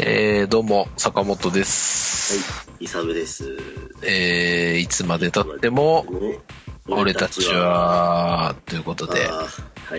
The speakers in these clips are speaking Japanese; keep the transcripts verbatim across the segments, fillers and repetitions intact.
えー、どうも、坂本です。 はい、イサムです。 えー、いつまで経っても、俺たちは、ということで、はい、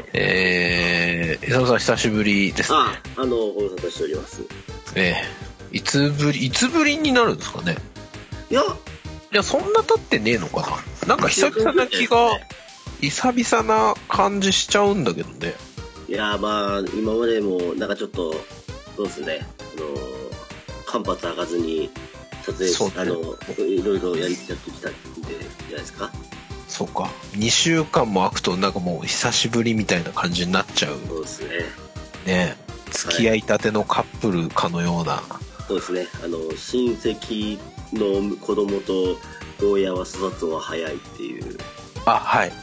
えー、イサムさん久しぶりですね。 あ、あの、ご無沙汰しております。 えー、いつぶり、いつぶりになるんですかね。 いや、 いや、そんな経ってねえのかな。なんか久々な気が、久々な感じしちゃうんだけどね。 いや、まあ、今までも、なんかちょっと、そうですね、あの、間髪上がずに、撮影し、ね、あの、いろいろやり、やってきたんで、じゃないですか。 そうか。にしゅうかんも空くと、なんかもう久しぶりみたいな感じになっちゃう。 そうですね。 ね、付き合いたてのカップルかのような。はい、 そうですね。あの、親戚の子供と、親は育つのは早いっていう。 あ、はい。 ね、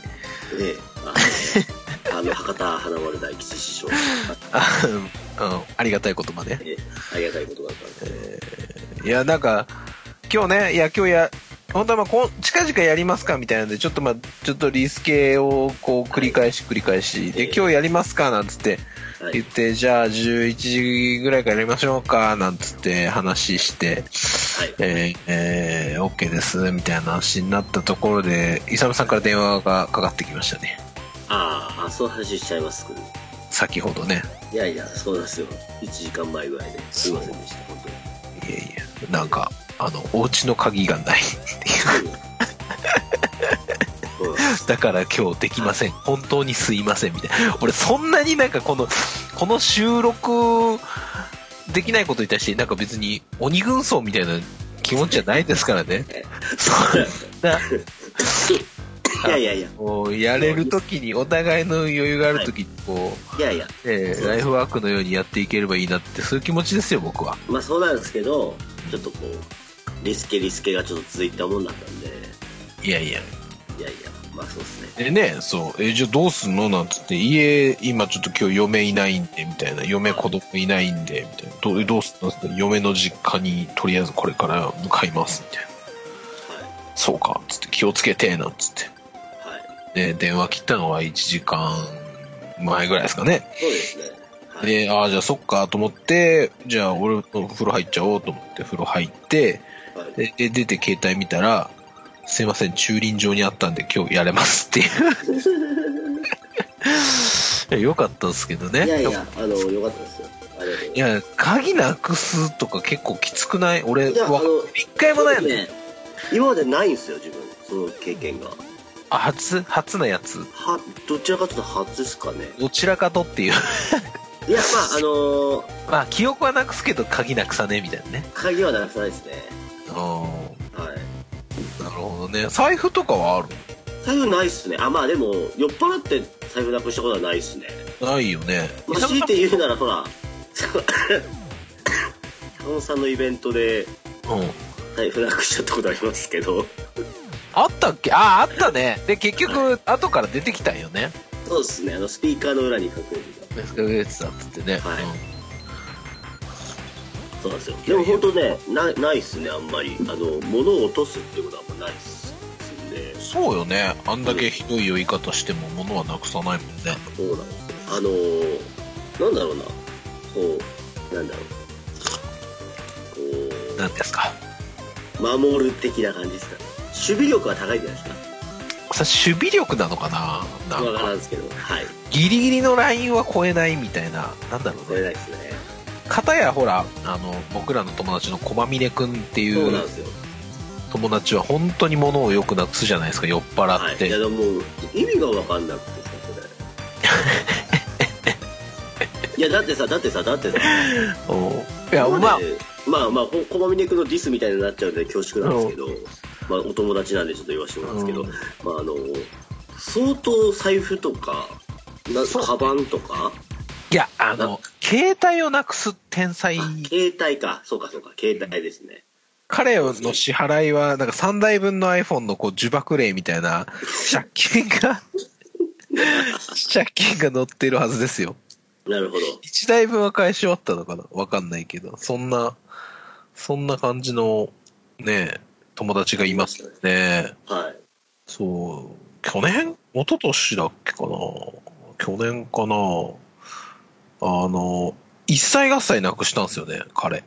あの、あの博多華丸大吉師匠。 あ、うん、ありがたい言葉ね。 えありがたい言葉だったんで、 えー。いや、なんか、今日ね、いや、今日や、本当はまあこう、近々やりますかみたいなんで、ちょっとまあ、ちょっとリスケをこう繰り返し繰り返し、で、今日やりますかなんつって言って、じゃあじゅういちじぐらいからやりましょうかなんつって話して、はい、えー、えー、OK です、みたいな話になったところで、イサムさんから電話がかかってきましたね。 ああ、そう話しちゃいます。 先ほどね。 いやいや、そうなんですよ。いちじかんまえぐらいで。すいませんでした、本当に。 いやいや、なんか、あの、お家の鍵がないっていう。だから今日できません。本当にすいません、みたいな。俺そんなになんかこの、この収録できないことに対して、なんか別に鬼軍曹みたいな気持ちじゃないですからね。そんな。 いやいやいや。 もうやれるときに、お互いの余裕があるときに、こう、 いやいや、 えー、ライフワークのようにやっていければいいなって、そういう気持ちですよ、僕は。 まあそうなんですけど、ちょっとこう、リスケリスケがちょっと続いたもんだったんで。 いやいや。 いやいや、まあそうですね。 でね、そう、え、じゃあどうすんのなんつって、家、今ちょっと今日嫁いないんで、みたいな、嫁子供いないんで、みたいな、どう、どうすんのって嫁の実家にとりあえずこれから向かいます、みたいな。はい。そうか、つって気をつけて、なんつって。で、電話切ったのはいちじかんまえぐらいですかね。 そうですね。 はい、で、ああ、じゃあそっかと思って、じゃあ俺の風呂入っちゃおうと思って風呂入って、はい、で、出て携帯見たら、すいません、駐輪場にあったんで今日やれますっていう。よかったですけどね。 いやいや、あの、よかったですよ。ありがとうございます。 いや、鍵なくすとか結構きつくない？俺は一回もないよね。 今までないんですよ、自分。その経験が。 あ、初初なやつは、どちらかというと初ですかね。 どちらかとっていう。 いや、まあ、あのー、 まあ、記憶はなくすけど、鍵なくさね、みたいなね。 鍵はなくさないですね。 ああ。はい。なるほどね。財布とかはある？ 財布ないっすね。あ、まあでも、酔っ払って財布なくしたことはないっすね。 ないよね。 まあ、強いて言うなら、ほら、坂本さんのイベントで、うん。財布なくしちゃったことありますけど。 あったっけ？ああ、あったね。で、結局、後から出てきたんよね。 そうですね。あの、スピーカーの裏に隠れてた。隠れてたっつってね。 はい。うん、そうなんですよ。でも本当ね、な、ないっすね、あんまり。あの、物を落とすっていうことはあんまないっすね。 そうよね。あんだけひどい酔い方しても物はなくさないもんね。 そうなんですよ。あのー、なんだろうな。こう、なんだろう。 こう。なんですか。 守る的な感じですかね。守備力は高いじゃないですか。 さ、守備力なのかな？なんか。 わからんですけど、はい。 ギリギリのラインは超えないみたいな、なんだろうね。 超えないですね。 片やほら、あの、僕らの友達の駒峰くんっていう。そうなんですよ。友達は本当に物をよくなくすじゃないですか、酔っ払って。はい、 いやでも意味が分かんなくてさ、それ。いやだってさ、だってさ、だってさ。 おいや、まあ、 まあまあ、駒峰くんのディスみたいになっちゃうんで恐縮なんですけど、まあお友達なんでちょっと言わせてもらうんですけど、まああの、相当財布とか、なカバンとか。 いや、あの、携帯をなくす天才。 携帯か、そうかそうか、携帯ですね。 彼の支払いは、なんかさんだいぶんの iPhone のこう呪縛霊みたいな、借金が、借金が載ってるはずですよ。 なるほど。 いちだいぶんは返し終わったのかな？わかんないけど、そんな、そんな感じの、ね、友達がいますね。 はい。 そう、去年？一昨年だっけかな？去年かな？あの、一切合切なくしたんですよね、彼。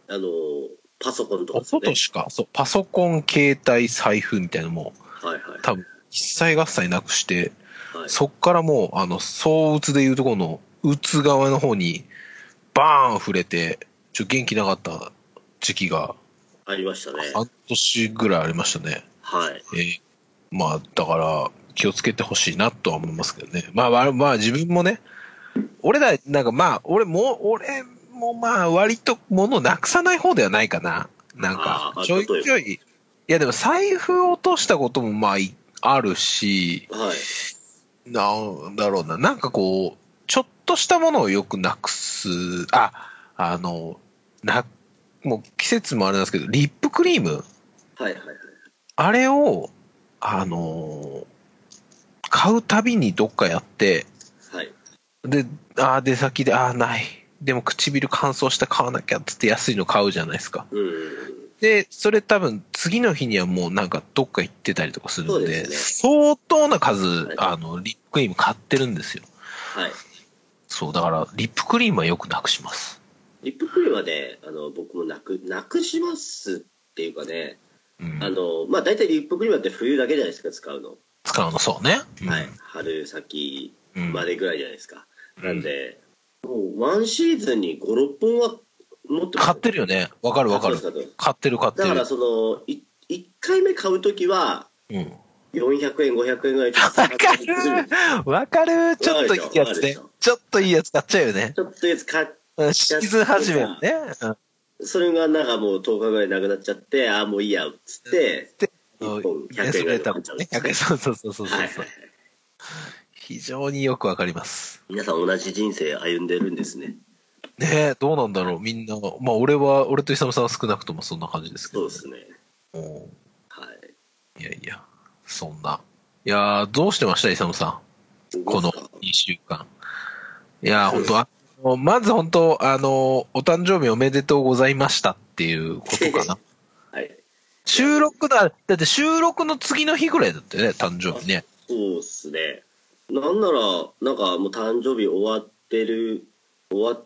あの、パソコンとかですね。 音としか、そう、パソコン、携帯、財布みたいなのも、 はいはい。 多分、一切合切なくして、 はい、 そっからもう、あの、相打つでいうところの、打つ側の方に、バーン触れて、ちょっと元気なかった時期が、 ありましたね。 半年ぐらいありましたね。 はい。 えーまあ、だから、気をつけてほしいなとは思いますけどね。まあ、まあ、まあ、自分もね、俺ら、なんかまあ、俺も、俺もまあ、割と物なくさない方ではないかな。なんか、 ああ、 ちょいちょい。いや、でも財布落としたこともまあ、あるし、 はい。 なんだろうな。なんかこう、ちょっとしたものをよくなくす。あ、あの、な、もう季節もあれなんですけど、リップクリーム。 はいはいはい。 あれを、あの、買うたびにどっかやって、 はい。 で、あー出先で、ああ、ない。でも唇乾燥して買わなきゃっつって安いの買うじゃないですか。 うん。 で、それ多分次の日にはもうなんかどっか行ってたりとかするんで、 そうです相当な数、 はいあの、リップクリーム買ってるんですよ。 はい。 そう、だからリップクリームはよくなくします。 リップクリームはね、あの、僕もなく、なくしますっていうかね、 うん、 あの、まあ、大体リップクリームって冬だけじゃないですか、使うの。 使うのそうね。うん、 はい。春先までぐらいじゃないですか。 うん、 なんで、もうワンシーズンにご、ろっぽんは持ってます。 買ってるよね。わかるわかる。買ってる買ってる。 だからその、いいっかいめ買うときは、 うん。 よんひゃくえん、ごひゃくえんぐらいわかるわかるちょっといいやつね。ちょっといいやつ買っちゃうよね。 ちょっといいやつ買っちゃって。 シーズン始めはね。 うん、それがなんかもうとおかぐらいなくなっちゃって、ああ、もういいや、っつって、いっぽんひゃくえんぐらいで買っちゃう。 ね、ひゃくえん、そうそうそうそうそう、はいはいはい。非常によくわかります。 皆さん同じ人生歩んでるんですね。 ねえ、どうなんだろう、みんな。まあ、俺は、俺と勇さんは少なくともそんな感じですけど、 ね。そうですね。 はい。いやいや、そんな。いやどうしてました、勇さん。このにしゅうかん。いや本当は、まず本当、あの、お誕生日おめでとうございましたっていうことかな。 はい。 収録だ、だって収録の次の日ぐらいだったよね、誕生日ね。 そうっすね。なんなら、なんかもう誕生日終わってる、終わって、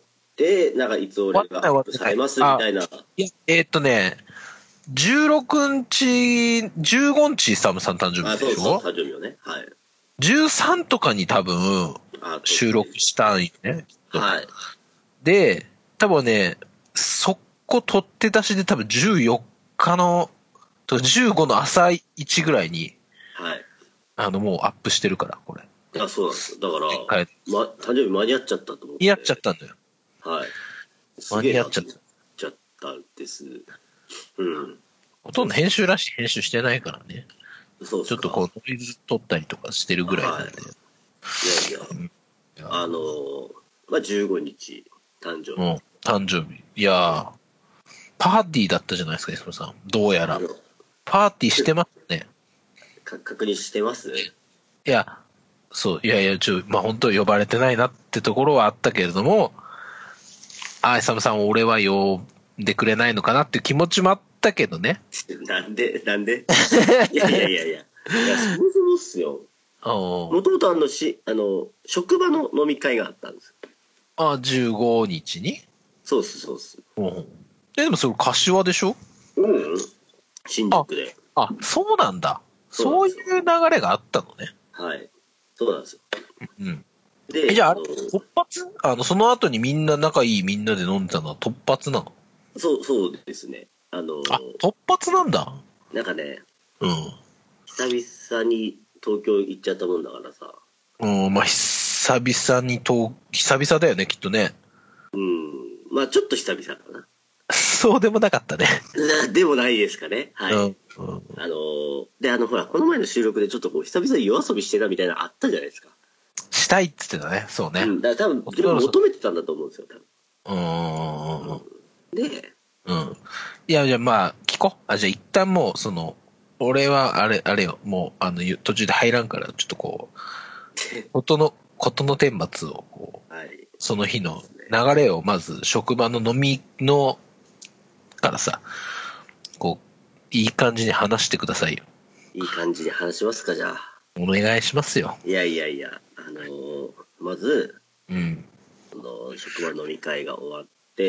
なんかいつ俺がアップされますみたいな。 いや、えー、っとね、じゅうろくにち、じゅうごにちサムさん誕生日でしょ。あ、そうそう、 誕生日をね。はい。 じゅうさんとかに多分、収録したんよね。 はい。 で、多分ね、そこ取って出しで多分じゅうよっかの、じゅうごの朝いちぐらいに、はい。あの、もうアップしてるから、これ。 あ、そうなんですよ。だから、ま、誕生日間に合っちゃったと思って。 間に合っちゃったんだよ。 はい。 間に合っちゃった。 ちゃったんです。うん。 ほとんど編集らしい編集してないからね。 そうですか。 ちょっとこう、ノイズ取ったりとかしてるぐらいなんで。はい、いやいや、うん、あのー、まあ、じゅうごにち、誕生日。 うん、誕生日。いやー、パーティーだったじゃないですか、磯野さん。どうやら。パーティーしてますね。 か確認してますいや、そう、いやいや、ちょ、まあ、本当呼ばれてないなってところはあったけれども、あ、イサムさん、俺は呼んでくれないのかなっていう気持ちもあったけどね。 なんでなんでいやいやいやいや。いや、そもそもっすよ。もともとあの、し、あの、職場の飲み会があったんです。 あ、じゅうごにちにそうっす、そうっす。 うん。え、でもそれ柏でしょ？ うん。新宿で。 あ、あ、そうなんだ。そういう流れがあったのね。 はい。そうなんですよ。 うん。で、じゃあ、あれ、突発あの、その後にみんな仲いいみんなで飲んでたのは突発なの？ そう、そうですね。あのあ、突発なんだ。 なんかね、 うん。 久々に東京行っちゃったもんだからさ。 うん、まあ、久々に東、久々だよね、きっとね。 うん。まあ、ちょっと久々かな。 そうでもなかったね。 でもないですかね。はい。うんうん、あの、で、あの、ほら、この前の収録でちょっとこう、久々に夜遊びしてたみたいなのあったじゃないですか。 したいっつってたね。そうね。うん、 だから多分、自分求めてたんだと思うんですよ、多分。 うん。で、うん。いや、じゃあまあ、聞こう。あ、じゃあ一旦もう、その、俺は、あれ、あれよ、もう、あの、途中で入らんから、ちょっとこう、ことの、ことの顛末を、こう、はい、その日の流れを、まず、職場の飲みの、からさ、こう、いい感じに話してくださいよ。 いい感じに話しますか、じゃあ。 お願いしますよ。 いやいやいや、あのー、まず、 うん。 その、職場飲み会が終わって、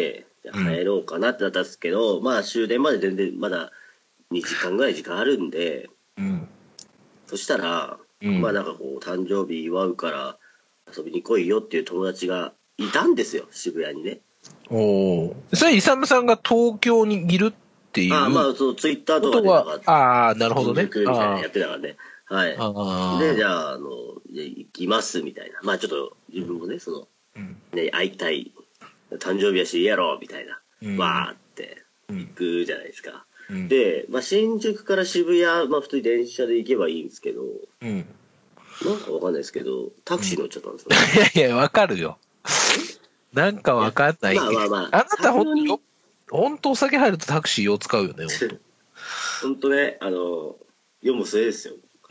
入ろうかなってなったんですけど、うん、まあ終電まで全然まだにじかんぐらい時間あるんで、うん、そしたら、うん、まあなんかこう誕生日祝うから遊びに来いよっていう友達がいたんですよ、渋谷にね。 おお。それイサムさんが東京にいるっていう。 ああ、まあそうツイッターとかでなんか、 ああ、なるほどね。 みたいなのやってたからね。はい。で、じゃあ、あの、行きますみたいな。まあちょっと自分もね、その、うん、ね、会いたい。誕生日やしいいやろみたいな、うん、わーって行くじゃないですか、うん、で、まあ、新宿から渋谷、まあ、普通に電車で行けばいいんですけど、うん、なんかわかんないですけどタクシー乗っちゃったんですよ、ね、 いやいやわかるよなんかわかんない。まあまあまあ、あなたほんとよ本当お酒入るとタクシーを使うよね本当ね、あの読む末ですよ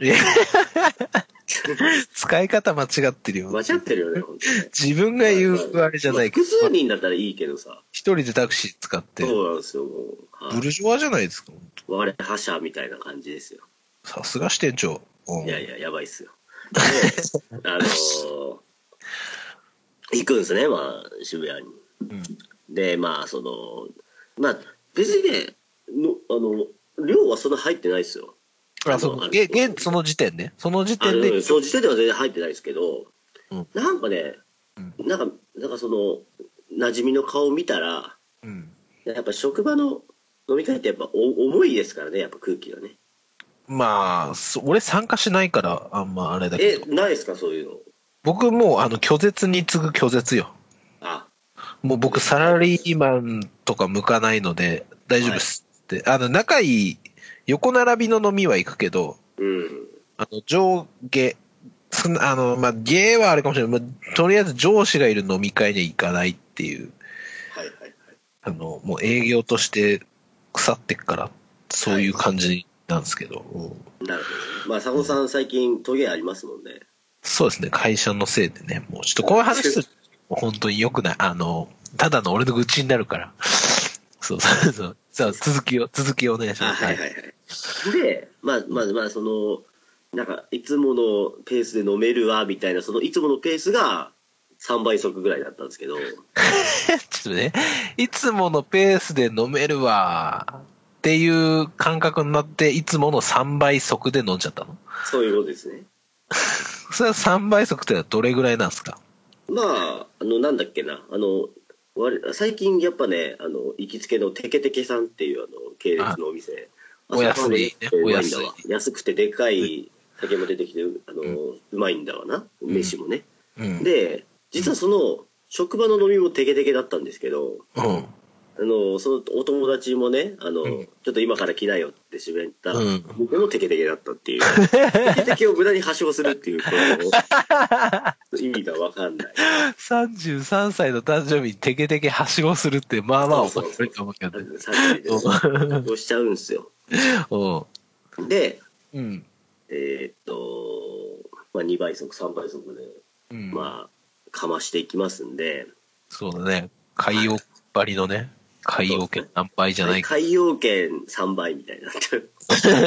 使い方間違ってるよ。 間違ってるよね、本当に。 自分が言うあれじゃないけど。複数人だったらいいけどさ。 一人でタクシー使って。 そうなんですよ、もう。 はい、ブルジョワじゃないですか、本当。我々覇者みたいな感じですよ。 さすが支店長。 いやいや、やばいっすよ。で、あのー、行くんですね、まあ、渋谷に。うん、で、まあ、その、まあ、別にね、のあの、量はそんな入ってないですよ。 あ、その、げ、げ、その時点でその時点で。 その時点では全然入ってないですけど、うん、なんかね、うん、なんか、なんかその、馴染みの顔見たら、うん、やっぱ職場の飲み会ってやっぱお重いですからね、やっぱ空気がね。 まあ、俺参加しないから、あんまあれだけど。 え、ないですか、そういうの。 僕もう、あの、拒絶に次ぐ拒絶よ。あ。もう僕、サラリーマンとか向かないので、大丈夫ですって。はい、あの、仲いい、横並びの飲みは行くけど、うん、あの上下、あの、まあ、芸はあれかもしれない。まあ、とりあえず上司がいる飲み会には行かないっていう。はいはいはい。あの、もう営業として腐ってっから、そういう感じなんですけど。はいうん、なるほど。まあ、佐野さん最近トゲありますもんね。 そうですね。会社のせいでね。もうちょっとこういう話すると本当に良くない。あの、ただの俺の愚痴になるから。そうそうそう。さあ、続きを、続きをお願いします。 はいはいはい。で、まあまあまあ、その、なんか、いつものペースで飲めるわ、みたいな、その、いつものペースがさんばい速ぐらいだったんですけど。ちょっとね、いつものペースで飲めるわ、っていう感覚になって、いつものさんばい速で飲んじゃったの？ そういうことですね。 それはさんばい速ってのはどれぐらいなんですか？ まあ、あの、なんだっけな、あの、最近やっぱね、あの、行きつけのテケテケさんっていうあの系列のお店、 お安い、ね、 お安い。安くてでかい酒も出てきて、あの、うん、うまいんだわな、飯もね。うん、で、実はその、職場の飲みもテケテケだったんですけど、うん、あの、そのお友達もね、あの、うん、ちょっと今から来なよって締めたら、うん、僕もテケテケだったっていう。テケテケを無駄にはしごするっていう、この、意味がわかんない。 さんじゅうさんさいの誕生日にテケテケはしごするって、まあまあ面白いと思うけどね。 そうしちゃうんですよ。で、うん、えー、っと、まあ、にばい速、さんばい速で、うん、まあ、かましていきますんで。 そうだね。海洋張りのね。海洋圏何倍じゃないか。海洋圏さんばいみたいになってる。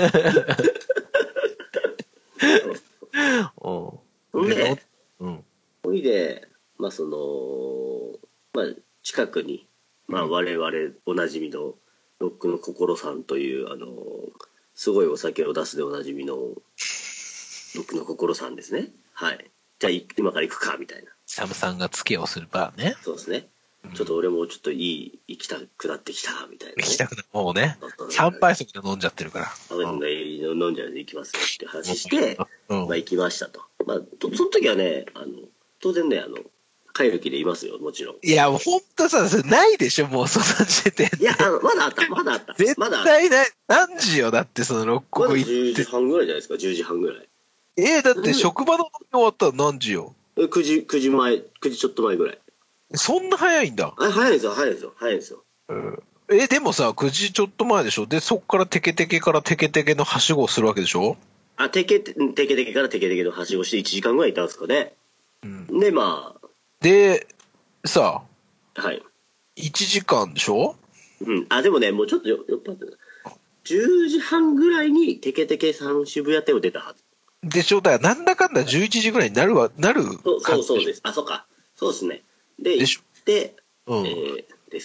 ほんで、うん。ほいで、まあその、まあ近くに、まあ我々おなじみのロックの心さんという、あの、すごいお酒を出すでおなじみのロックの心さんですね。はい。じゃあ今から行くか、みたいな。 サムさんが付けをするバーね。 そうですね。ちょっと俺もちょっといい、行きたくなってきた、みたいな、ね。 行きたくなもうね。さんばい速で飲んじゃってるから。 うん、飲んじゃうで行きますよって話して、うん、まあ行きましたと。まあ、とその時はね、あの、当然ね、あの、帰る気でいますよ、もちろん。 いや、もうほんとさ、それないでしょ、もうその時点で。 いや、あの、まだあった、まだあった。 絶対ない。何時よ、だってそのろっこく行って。 まだじゅうじはんぐらいじゃないですか、じゅうじはんぐらい。 えー、だって職場の飲み終わったら何時よ。 くじ、くじまえ、くじちょっと前ぐらい。 そんな早いんだ。 あ、早いですよ、早いですよ、早いですよ。 うん、え、でもさ、くじちょっと前でしょ。で、そっからテケテケからテケテケのはしごをするわけでしょ。 あ、テケテケテケからテケテケのはしごしていちじかんぐらいいたんですかね。うん、で、まあ。 で、さ、 はい。 いちじかんでしょ。 うん。あ、でもね、もうちょっとよ、よっぱってじゅうじはんぐらいにテケテケさん渋谷店を出たはず。 でしょ。だからなんだかんだじゅういちじぐらいになるわ、なる。 そうそうそうです。あ、そうか。そうですね。で、でしょ。で、うん、えー、ですね。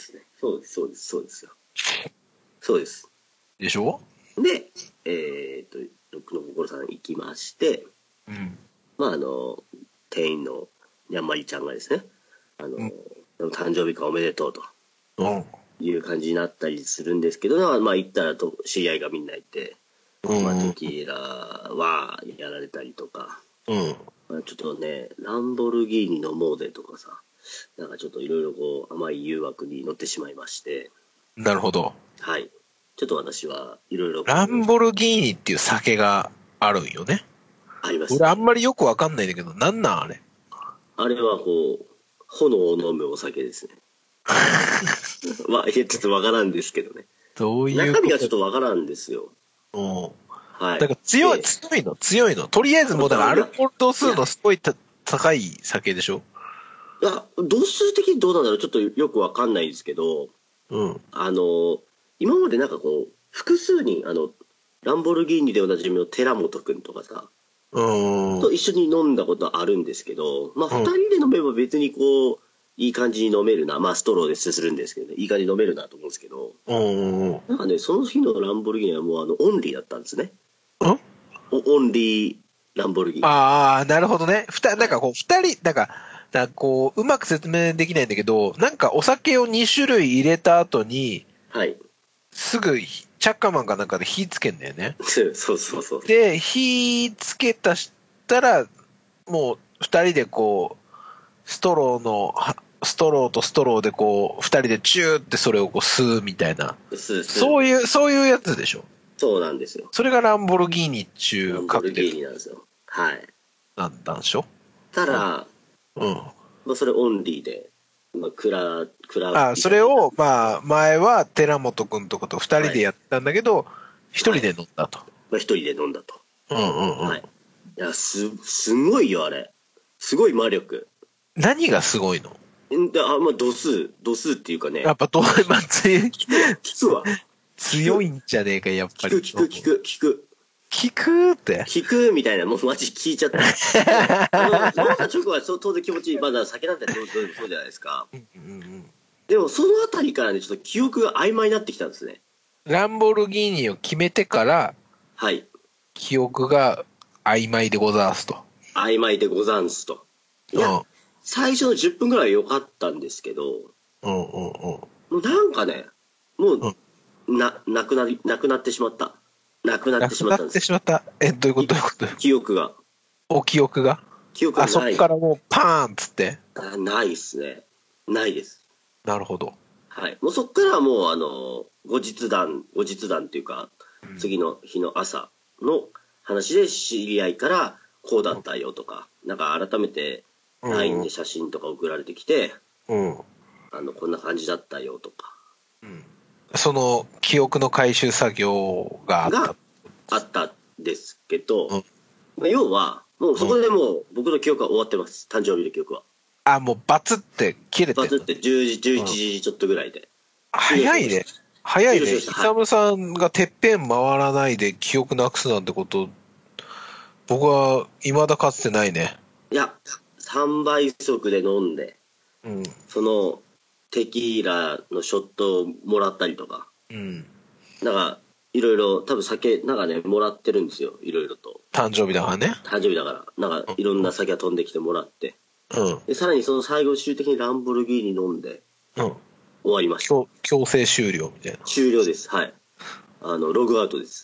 そうです、そうです、そうですよ。そうです。 でしょ？ で、えー、っと、ロックの心さん行きまして、 うん。 まあ、あの、店員のにゃんまりちゃんがですね、あの、うん、誕生日会おめでとうと。うん。いう感じになったりするんですけど、まあ行ったらと知り合いがみんないて、うん、まあテキーラはやられたりとか、うん、まあ、ちょっとねランボルギーニ飲もうぜとかさ、なんかちょっといろいろこう甘い誘惑に乗ってしまいまして。 なるほど。 はい。ちょっと私はいろいろランボルギーニっていう酒があるんよね。 あります、ね。 俺あんまりよくわかんないんだけど、なんなんあれ。 あれはこう炎を飲むお酒ですね。まあ、ちょっとわからんですけどね。 どういう中身がちょっとわからんですよ。 うん。はい。だから強い、強いの、強いの。とりあえずもうだからアルコール度数のすごい高い酒でしょ？ いや、度数的にどうなんだろう、ちょっとよくわかんないですけど、うん。あの、今までなんかこう、複数人、あの、ランボルギーニでおなじみの寺本くんとかさ、うん。と一緒に飲んだことあるんですけど、まあ、二人で飲めば別にこう、いい感じに飲めるな。まあ、ストローですするんですけどね。いい感じに飲めるなと思うんですけど。うん。なんかね、その日のランボルギーニはもうあの、オンリーだったんですね。んオンリーランボルギーニ。 ああ、なるほどね。ふた、なんかこう、二人、なんか、なんかこう、うまく説明できないんだけど、なんかお酒をに種類入れた後に、はい。すぐ、チャッカマンかなんかで火つけんだよね。 そうそうそう。 で、火つけたしたら、もう二人でこう、ストローの、ストローとストローでこう、二人でチューってそれをこう吸うみたいな。そういう、そういうやつでしょ。 そうなんですよ。 それがランボルギーニっちゅうカクテル。 ランボルギーニなんですよ。はい。 なんだんでしょ。 ただ、うん。まあ、それオンリーで、まあ、クラ、クラ。 あ、それを、まあ、前は寺本くんとかと二人でやったんだけど、一、はい、人で飲んだと。 まあ、一人で飲んだと。うんうんうん。はい。いや、す、すごいよ、あれ。すごい魔力。 何がすごいの？ あ、まあ、度数、度数っていうかね。 やっぱ、どう、まあ、強い。 聞くわ。 強いんじゃねえか、やっぱり。 聞く、聞く、聞く。 聞くって。 聞くみたいな、もうマジ聞いちゃった。あの、飲んだ直後は当然気持ちいい。まだ酒なんてそうそうじゃないですか。うんうんうん、でも、そのあたりからね、ちょっと記憶が曖昧になってきたんですね。 ランボルギーニを決めてから、 はい。 記憶が曖昧でござんすと。 曖昧でござんすと。いや、うん、最初のじゅっぷんぐらいは良かったんですけど、うんうんうん。もうなんかね、もう、うん、な、なくなり、なくなってしまった。なくなってしまったんです。 なくなってしまった。え、どういうことどういうこと記憶が。 お記憶が記憶がない。 あ、そっからもうパーンっつってあ、ないっすね。ないです。 なるほど。 はい。もうそっからはもう、あの、後日談、後日談っていうか、うん、次の日の朝の話で知り合いから、こうだったよとか、うん、なんか改めて ライン で写真とか送られてきて、うん、あの、こんな感じだったよとか。 うん、その記憶の回収作業があった。 があったんですけど、うん、要は、もうそこでもう僕の記憶は終わってます。誕生日の記憶は。 あ、もうバツって切れてる。 バツってじゅうじ、じゅういちじちょっとぐらいで。うん、 早いね。早いね。イサムさんがてっぺん回らないで記憶なくすなんてこと、僕は未だかつてないね。 いや、さんばい速で飲んで、うん、そのテキーラのショットをもらったりとか、うん、なんかいろいろ多分酒なんかねもらってるんですよ、いろいろと。 誕生日だからね。 誕生日だからなんかいろんな酒が飛んできてもらって、うん、でさらにその最後終的にランボルギーニ飲んで、うん、終わりました。 強制終了みたいな。 終了です。はい。あのログアウトです。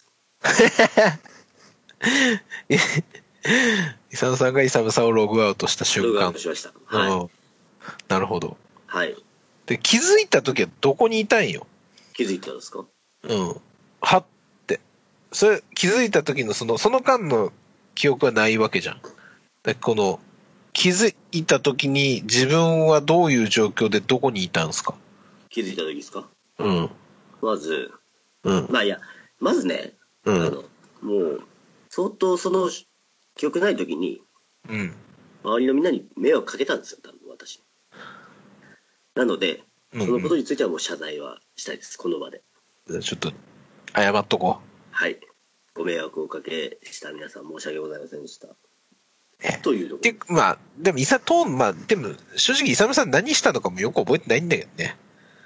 イサムさんがイサムさんをログアウトした瞬間。 ログアウトしました。はい。うん、 なるほど。 はい。 で、気づいた時はどこにいたんよ。 気づいたんですか？ うん。はって。それ、気づいた時のその、その間の記憶はないわけじゃん。で、この、気づいた時に自分はどういう状況でどこにいたんですか？ 気づいた時ですか？ うん。 まず、うん。まあいや、まずね、うん、あの、もう、相当その、記憶ない時に、うん、周りのみんなに迷惑かけたんですよ、多分私。なので、そのことについてはもう謝罪はしたいです、この場で。 ちょっと、謝っとこう。 はい。ご迷惑をおかけした皆さん申し訳ございませんでした。というところ。 で、まあ、でも、イサトーン、まあ、でも、正直、イサムさん何したのかもよく覚えてないんだけどね。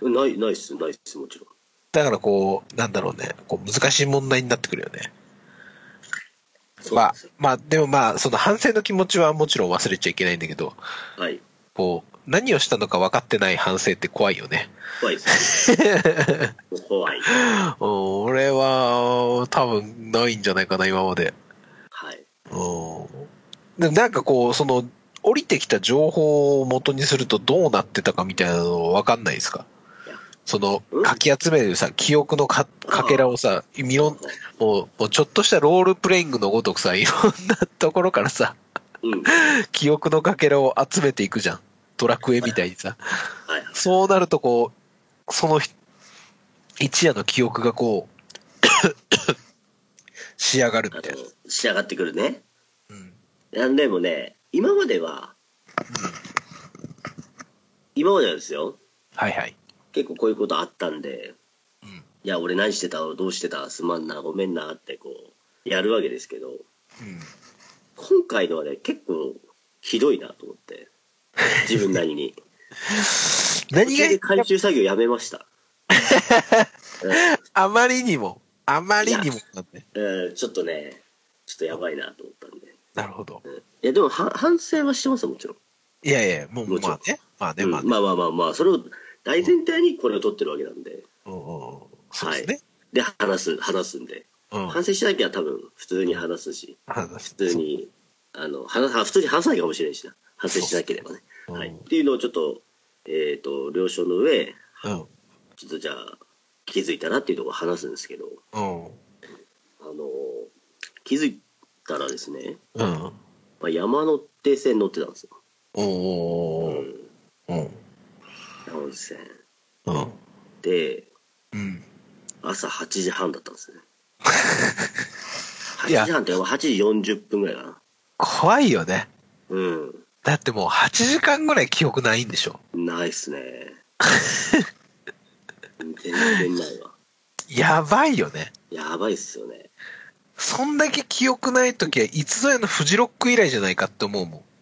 ない、ないっす、ないっす、もちろん。 だからこう、なんだろうね、こう難しい問題になってくるよね。まあ、まあ、でもまあ、その反省の気持ちはもちろん忘れちゃいけないんだけど、 はい。 こう、何をしたのか分かってない反省って怖いよね。 怖いですね。怖い。 俺は、多分ないんじゃないかな、今まで。 はい。 でなんかこう、その、降りてきた情報を元にするとどうなってたかみたいなの分かんないですか？その、かき集めるさ、記憶のか、かけらをさ、いろん、もう、もうちょっとしたロールプレイングのごとくさ、いろんなところからさ、うん、記憶のかけらを集めていくじゃん。ドラクエみたいにさ。はいはい、そうなるとこう、その一夜の記憶がこう、仕上がるみたいな。 仕上がってくるね。うん。でもね、今までは、うん、今まではですよ。 はいはい。 結構こういうことあったんで、うん、いや、俺何してたどうしてたすまんな、ごめんなってこう、やるわけですけど、うん、今回のはね、結構ひどいなと思って、自分なりに。何が回収作業やめました。 うん、あまりにも、あまりにもだね、うん。ちょっとね、ちょっとやばいなと思ったんで。 なるほど。 うん、いや、でもは反省はしてますもちろん。 いやいや、もう、もまあね。まあね、まあね、うん。 まあまあまあまあ、それを大前提にこれを取ってるわけなんで。 うんうん、そうですね。 はい、で、話す、話すんで。うん、反省しなきゃ多分普通に話すし、うん、普通に、あの、話、普通に話さないかもしれないしな。反省しなければね。はい。っていうのをちょっと、えっと、了承の上、うん、ちょっとじゃあ、気づいたらっていうところを話すんですけど、うん、あの、気づいたらですね、うん、まあ、山手線乗ってたんですよ。おー。うん。うん。山手線。うん。で、うん。朝はちじはんだったんですね。はちじはんってはちじよんじゅっぷんぐらいかな。 怖いよね。 うん。 だってもうはちじかんぐらい記憶ないんでしょ。 ないっすね。全然ないわ。 やばいよね。 やばいっすよね。 そんだけ記憶ないときはいつぞやのフジロック以来じゃないかって思うもん。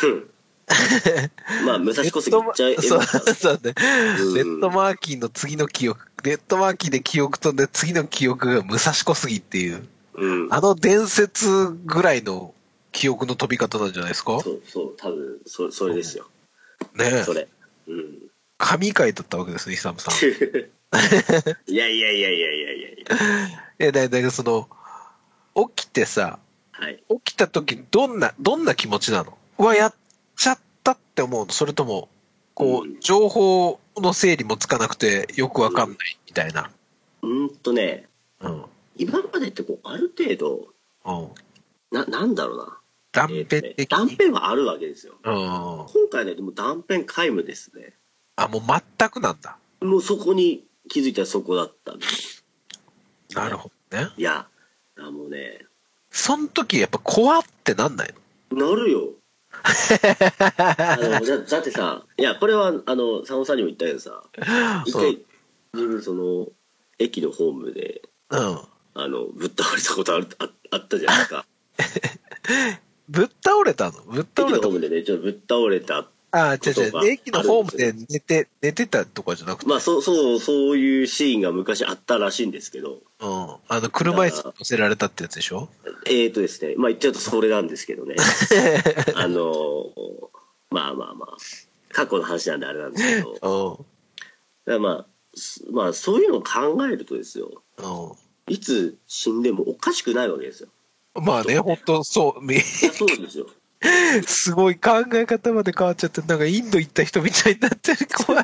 まあ武蔵小杉行っちゃえば、 そうそうね、うん、レッドマーキーの次の記憶、レッドマーキーで記憶とで次の記憶が武蔵小杉っていう、うん、あの伝説ぐらいの記憶の飛び方なんじゃないですか？ そうそう多分そそれですよ。 ねえ。 それ。うん。 神回だったわけですね、イサムさん。 いやいやいやいやいやいやいや。 いやだだからその起きてさ、はい、起きた時どんなどんな気持ちなの？うわやっちゃったって思うの？それともこう、うん、情報の整理もつかなくてよくわかんないみたいな。 うん、うんとね、うん、今までってこうある程度、うん、ななんだろうな。 断片的、えーね、 断片はあるわけですよ。うん、今回ねでも断片皆無ですね。 あ、もう全くなんだ。 もうそこに気づいたらそこだったんで。 なるほどね。 いや、あもうね。 その時やっぱ怖ってなんないの？なるよ。あのだ, だってさ、いやこれはあの佐野さんにも言ったけどさ、一回自分その駅のホームで、うん、あのぶっ倒れたことある あ, あったじゃないですか。 ぶっ倒れたの？ぶっ倒れた。 駅のホームでねちょっとぶっ倒れた。 ああ、違う違う。駅のホームで寝て、寝てたとかじゃなくて。 まあ、そう、そう、そういうシーンが昔あったらしいんですけど。 うん。あの、車椅子乗せられたってやつでしょ？ えーとですね、まあ言っちゃうとそれなんですけどね。あの、まあまあまあ、過去の話なんであれなんですけど。うん。だからまあ、まあそういうのを考えるとですよ。うん。いつ死んでもおかしくないわけですよ。 まあね、本当そう。いや、そうですよ。 すごい考え方まで変わっちゃって、なんかインド行った人みたいになってる。怖い。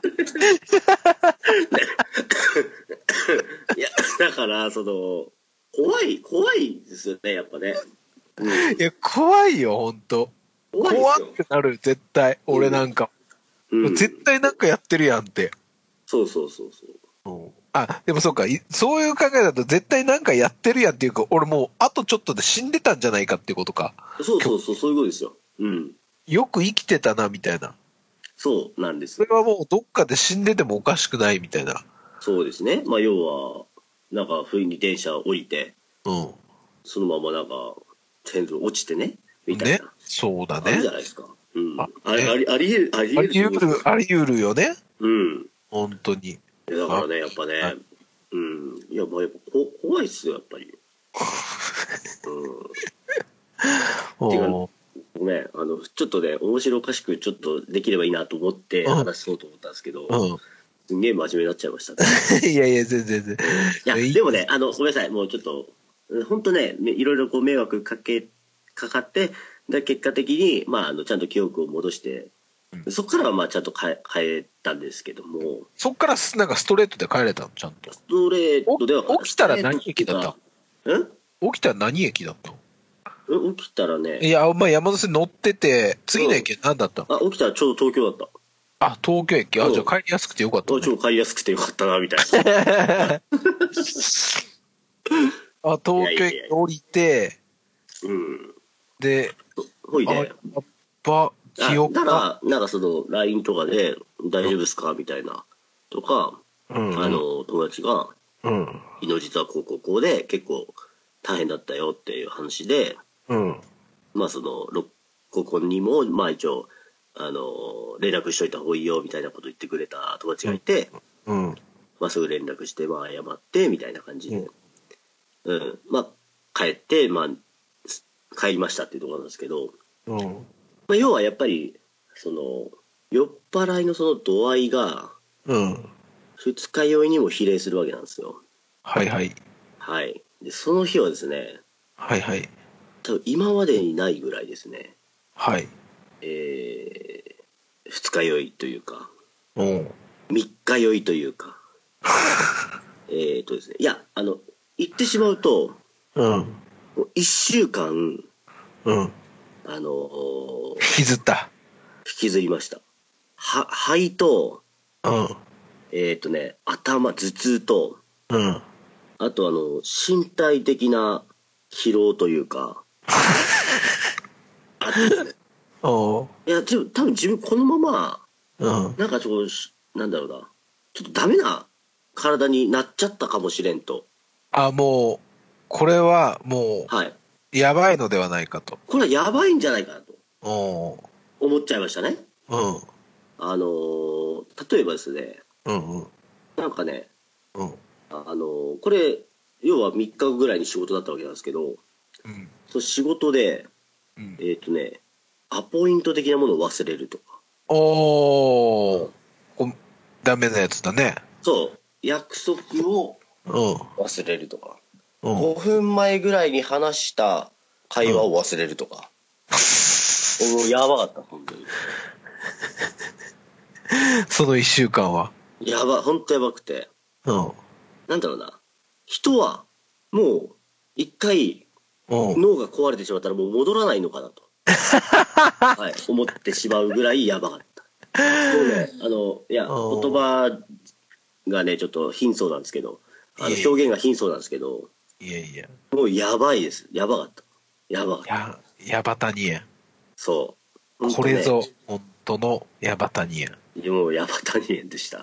いや、だから、その、怖い、怖いですよね、やっぱね。 うん、いや、怖いよ、ほんと。怖ってなる、絶対。俺なんか。うん、絶対なんかやってるやんって。 そうそうそうそう。 うん、あ、でもそうか、そういう考えだと絶対なんかやってるやんっていうか、俺もうあとちょっとで死んでたんじゃないかっていうことか。 そうそうそう、そういうことですよ。うん。 よく生きてたな、みたいな。 そうなんです。 それはもうどっかで死んでてもおかしくないみたいな。 そうですね。まあ要は、なんか不意に電車降りて、うん。そのままなんか、線路落ちてね、みたいな。ね。 そうだね。 あるじゃないですか。うん。あ, あり、あり、あり得る、 あり得る、あり得るよね。 うん。 本当に。 だからね、やっぱね、うん。いや、まあ、やっぱこ怖いっすよ、やっぱり。うん。てか、ごめん、あの、ちょっとね、面白おかしくちょっとできればいいなと思って話そうと思ったんですけど、うん、すんげえ真面目になっちゃいましたね。 いやいや、全然全然。 いや、でもね、あの、ごめんなさい、もうちょっと、本当ね、いろいろこう迷惑かけ、かかって、で結果的に、まあ、あの、ちゃんと記憶を戻して、うん、そこからはまあちゃんと変え、変えたんですけども。 そっからなんかストレートで帰れたのちゃんと。 ストレートでは起きたら何駅だったん起きたら何駅だったの起きたらね。 いや、まあ山手線乗ってて、次の駅は何だったの、 うん、あ、起きたらちょうど東京だった。 あ、東京駅。あ、じゃあ帰りやすくてよかった、ね。 ちょっと帰りやすくてよかったな、みたいな。 あ、東京駅降りて、 うん。 で、 ほいで。 やっぱ、 記憶が。だから、なんかその、ライン とかで、大丈夫ですかみたいな。とか、うんうん、あの、友達が、うん。昨日実はこうこうこうで、結構大変だったよっていう話で、うん。まあその、ここにも、まあ一応、あの、連絡しといた方がいいよ、みたいなこと言ってくれた友達がいて、うん。うん、まあすぐ連絡して、まあ謝って、みたいな感じで、うん。うん、まあ、帰って、まあ、帰りましたっていうところなんですけど、うん。まあ要はやっぱり、その、酔っ払いのその度合いが、うん。二日酔いにも比例するわけなんですよ。 はいはい。 はい。で、その日はですね、 はいはい。 多分今までにないぐらいですね。 はい。 えー、二日酔いというか、 うん。 三日酔いというか、えっとですね、いや、あの、言ってしまうと、うん。もう一週間、うん。あのー、 引きずった。 引きずりました。は、肺と、うん。えっとね、頭、頭痛と、うん。あとあの、身体的な疲労というか、あってですね。おいや、多分自分このまま、うん。なんかちょっと、なんだろうな、ちょっとダメな体になっちゃったかもしれんと。 あ、もう、これはもう、はい。やばいのではないかと。 これはやばいんじゃないかなと。思っちゃいましたね。うん。あのー、例えばですね。うんうん。なんかね、うん。あのー、これ、要はみっかぐらいに仕事だったわけなんですけど、うん。その仕事で、うん、えっとね、アポイント的なものを忘れるとか。 おー、うん、ダメなやつだね。 そう。約束を忘れるとか。うん、ごふんまえぐらいに話した会話を忘れるとか。うん、もうやばかった、本当に。 その一週間は。 やば、本当やばくて。うん。なんだろうな。人は、もう、一回、脳が壊れてしまったらもう戻らないのかなと。はい、思ってしまうぐらいやばかった。もうね、あの、いや、言葉がね、ちょっと貧相なんですけど、あの表現が貧相なんですけど、 いやいや。 もうやばいです。やばかった。やばかった。 や、やばたにえん。 そう。 ね、これぞ、本当のやばたにえん。 もうやばたにえんでした。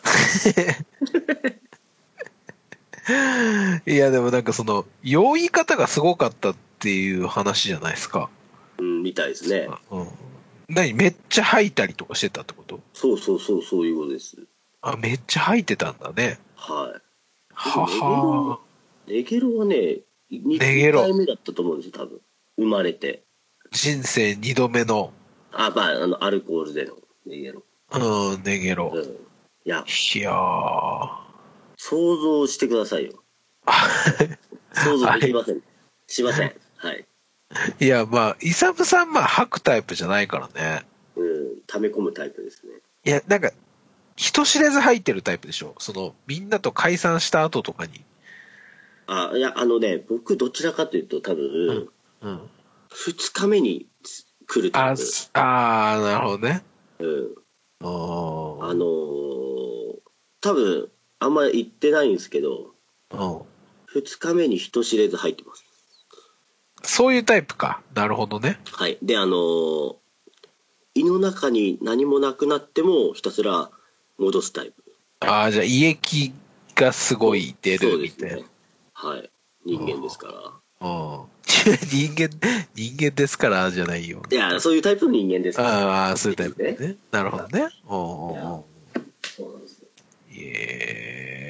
いや、でもなんかその、酔い方がすごかったっていう話じゃないですか。 うん、みたいですね。 うん。何めっちゃ吐いたりとかしてたってこと？ そうそうそう、そういうことです。 あ、めっちゃ吐いてたんだね。 はい。 ははネゲロはね、にかいめだったと思うんですよ、多分。生まれて。 人生にどめの。 あ、まあ、あの、アルコールでのネゲロ。 うん、ネゲロ。うん。いや。 いやー。 想像してくださいよ。想像できません。しません。はい。 いや、まあ、イサムさん、まあ、吐くタイプじゃないからね。 うん、溜め込むタイプですね。 いや、なんか、人知れず吐いてるタイプでしょ。その、みんなと解散した後とかに。 あ、いや、あのね、僕どちらかというと多分、うん。うん、ふつかめに来るタイプ。 ああ、なるほどね。 うん。あのー、多分、あんまり言ってないんですけど、うん。ふつかめに人知れず入ってます。 そういうタイプか。なるほどね。 はい。で、あのー、胃の中に何もなくなってもひたすら戻すタイプ。 ああ、じゃあ胃液がすごい出るみたいな。ね、 はい。人間ですから。 うん。人間、人間ですからじゃないよ。 いや、そういうタイプの人間ですから。 ああ、そういうタイプね。なるほどね。おお。そうなんですよ。いえー。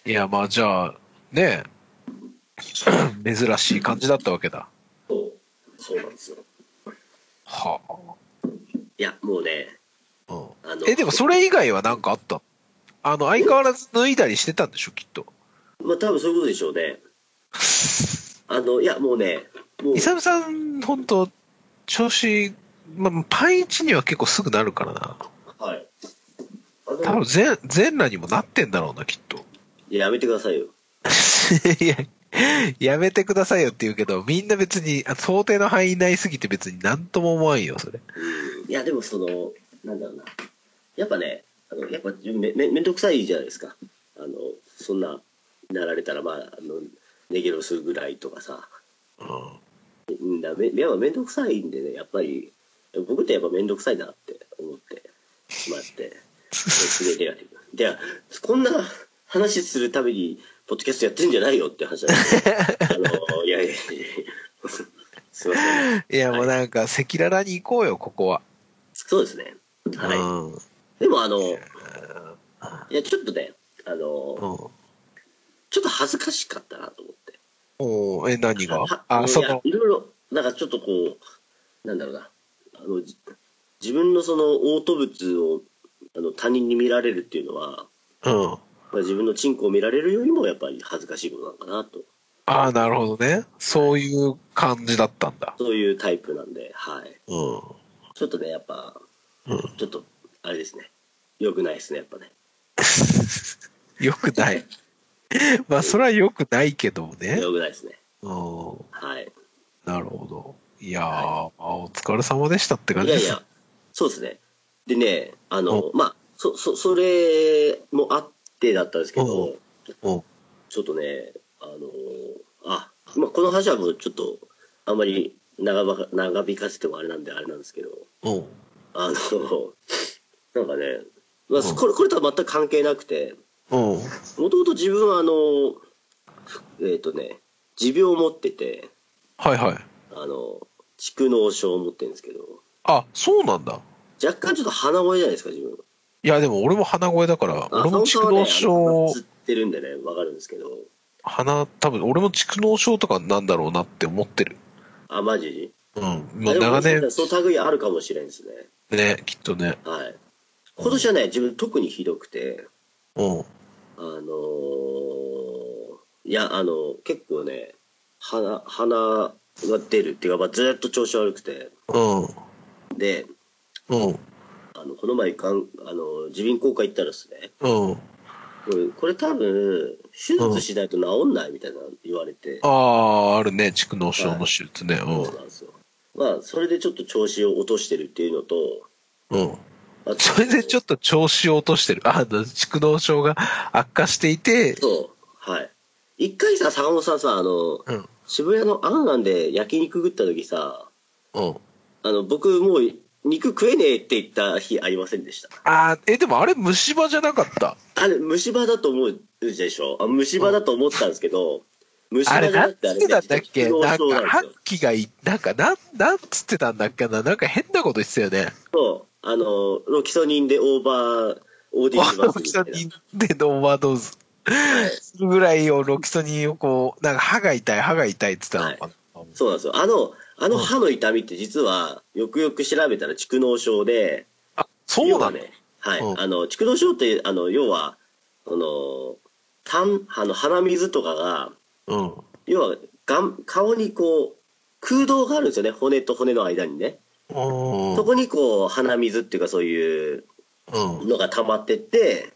いや、まあじゃあ、ねえ、珍しい感じだったわけだ。 そう、そうなんですよ。 はあ。 いや、もうね、 うん、あのえ、でもそれ以外は何かあった？あの、相変わらず脱いだりしてたんでしょ、きっと。 まあ多分そういうことでしょうね。あの、いや、もうね、もう。 イサムさん、本当調子、まあ、パンイチには結構すぐなるからな。 はい。 多分全、全裸にもなってんだろうな、きっと。 いや、やめてくださいよ。 いや、やめてくださいよって言うけど、みんな別に、想定の範囲内すぎて別に何とも思わんよ、それ。 うん。いや、でもその、なんだろうな。やっぱね、あのやっぱめめめんどくさいじゃないですか。あの、そんな、なられたら、まあ、あの、ネゲロするぐらいとかさ。うん。だめやっぱめんどくさいんでね、やっぱり、僕ってやっぱめんどくさいなって思ってしまって、すげえネガティブ。では、こんな話するために、ポッドキャストやってんじゃないよって話なんで。あの、いやいやいやすいません。 いや、もうなんか、赤裸々に行こうよ、ここは。 そうですね。はい。うん、でも、あの、いや、ちょっとね、あの、うん、ちょっと恥ずかしかったなと思って。 おえ、何が？ あ、その、いろいろ、なんかちょっとこう、なんだろうな、あの、自分のその、嘔吐物を、あの、他人に見られるっていうのは、うん。まあ、自分のチンコを見られるよりも、やっぱり恥ずかしいことなのかなと。 ああ、なるほどね。そういう感じだったんだ。 そういうタイプなんで、はい。うん。ちょっとね、やっぱ、うん、ちょっと、あれですね。良くないですね、やっぱね。 良くない。まあ、それは良くないけどね。 良くないですね。 うん。 はい。 なるほど。いやー、はい、お疲れ様でしたって感じです。 いやいや、そうですね。でね、あの、まあ、そ、そ、それもあってだったんですけど、ちょっとね、あの、あ、まあ、この話はもうちょっと、あんまり長ば長引かせてもあれなんであれなんですけど、あの、なんかね、まあ、これ、これとは全く関係なくて、もともと自分はあの、えっとね、持病を持ってて、 はいはい。 あの、蓄膿症を持ってるんですけど。 あ、そうなんだ。 若干ちょっと鼻声じゃないですか、自分。 いや、でも俺も鼻声だから、俺も蓄膿症。 つってるんでね、わかるんですけど。 鼻、多分俺も蓄膿症とかなんだろうなって思ってる。 あ、マジ？ うん。もう長年。 その類あるかもしれんですね。 ね、きっとね。 はい。今年はね、自分特にひどくて。うん。あのー、いや、あの、結構ね、鼻、鼻が出るっていうか、まあ、ずっと調子悪くて。うん。で、うん。あの、この前かん、あの、耳鼻咽喉科行ったらですね。うん。これ、これ多分、手術しないと治んないみたいな言われて。 うん、ああ、あるね、蓄膿症の手術ね。はい、 うん。そうなんですよ。まあ、それでちょっと調子を落としてるっていうのと、うん。 それでちょっと調子を落としてる。あの、蓄膿症が悪化していて。 そう。はい。一回さ、坂本さんさ、あの、うん、渋谷のアンアンで焼肉食った時さ、うん。あの、僕もう肉食えねえって言った日ありませんでした。 ああ、え、でもあれ虫歯じゃなかった？ あれ、虫歯だと思うでしょ？あ、虫歯だと思ったんですけど、うん、虫歯じゃなくてあれ、ね、あれなんだっけ？なんか、歯茎がい、なんか、なん、なんつってたんだっけな、なんか変なこと言ってたよね。 そう。あの、ロキソニンでオーバー、オーディしますみたいな。 ロキソニンでオーバードーズ。はい。するぐらいをロキソニンをこう、なんか歯が痛い、歯が痛いって言ってたのかな。はい、 そうなんですよ。あの、あの歯の痛みって実は、よくよく調べたら蓄膿症で、 あ、そうなの？ ね。はい。うん、あの、蓄膿症って、あの、要は、あの、痰、あの、鼻水とかが、うん。要は、がん、顔にこう、空洞があるんですよね。骨と骨の間にね。そこにこう、鼻水っていうかそういうのが溜まってって、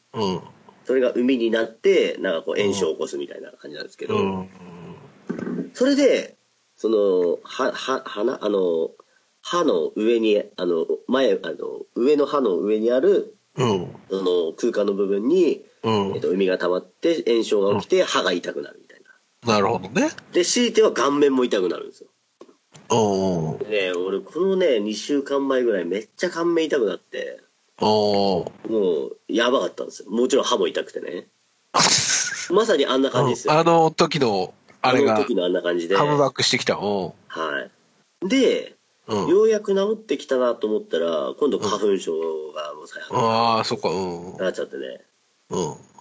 うん。それが海になって、なんかこう炎症を起こすみたいな感じなんですけど、うん、それで、その、は、は、鼻、あの、歯の上に、あの、前、あの、上の歯の上にある、うん、その空間の部分に、うん、えっと、海が溜まって炎症が起きて歯が痛くなるみたいな。なるほどね。 で、強いては顔面も痛くなるんですよ。おね、俺このねにしゅうかんまえぐらいめっちゃ顔面痛くなって、おもうやばかったんですよ。もちろん歯も痛くてねまさにあんな感じですよ、 うん、あの時のあれがあの時のあんな感じでカムバックしてきた。おはいで、うん、ようやく治ってきたなと思ったら今度花粉症がもう再発、 うん、ああそっか、うん、 なっちゃってね、うん、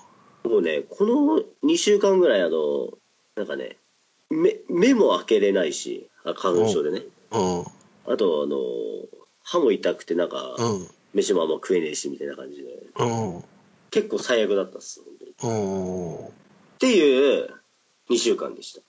もうね、このにしゅうかんぐらい、あの、なんかね、目、目も開けれないし、あ花粉症でね。 うん。 あと、あの、歯も痛くて、なんか、 うん。 飯もあんま食えねえし、みたいな感じで。 うん。 結構最悪だったっす、本当に。 うん。 っていうにしゅうかんでした。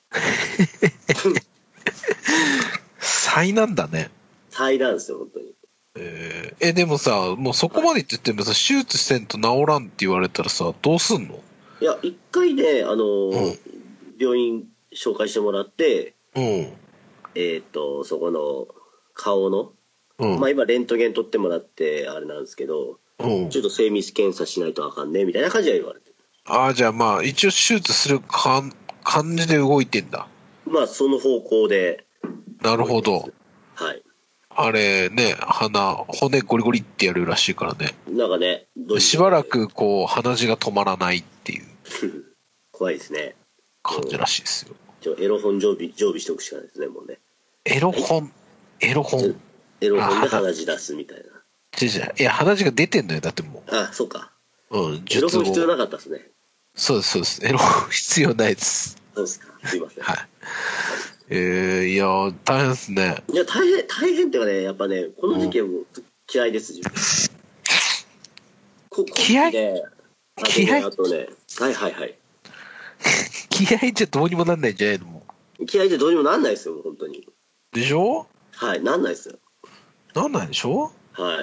災難だね。 災難ですよ、本当に。 えー、え、でもさ、もうそこまで言っててもさ、はい、手術せんと治らんって言われたらさ、どうすんの？ いや、一回ね、あの、うん、病院紹介してもらって、 うん。 えっと、そこの顔の、 うん、 まあ今レントゲン取ってもらって、あれなんですけど、うん、ちょっと精密検査しないとあかんね、みたいな感じは言われてる。 ああ、じゃあまあ、一応手術するかん感じで動いてんだ。 まあ、その方向で。 なるほど。 はい。 あれね、鼻、骨ゴリゴリってやるらしいからね。 なんかね、 しばらくこう、鼻血が止まらないっていう。 怖いですね。 感じらしいですよ。 ちょエロ本常備、常備しておくしかないですね、もうね。 エロ本、はい、エロ本。 エロ本で鼻血出すみたいな。 違う違う。いや、鼻血が出てんのよ、だってもう。 あ、そうか。 うん、 エロ本必要なかったですね。 そうです、そうです。エロ本必要ないです。 そうですか。すいません。はい。 えー、いやー、大変ですね。 いや、大変、大変っていうかね、やっぱね、この時期はもう嫌いです、自分。こ嫌い嫌いあとね、はいはいはい。 嫌いじゃどうにもなんないんじゃないの？もう嫌いじゃどうにもなんないですよ、本当に。でしょ？ はい、なんないですよ。 なんないでしょ？ はい。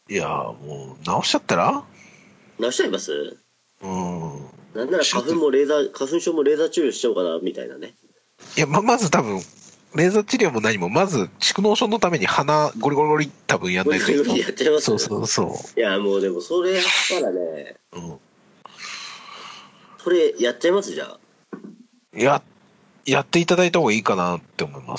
いやー、もう、直しちゃったら？ 直しちゃいます？ うん。 なんなら花粉もレーザー、花粉症もレーザー治療しちゃおうかな、みたいなね。 いや、ま、まず多分、レーザー治療も何も、まず、蓄膿症のために鼻、ゴリゴリゴリ多分やんないといけない。ゴリゴリやっちゃいます？ そうそうそう。 いや、もうでも、それやったらね、 うん。 それやっちゃいますじゃあ。 や、やっていただいた方がいいかなって思います。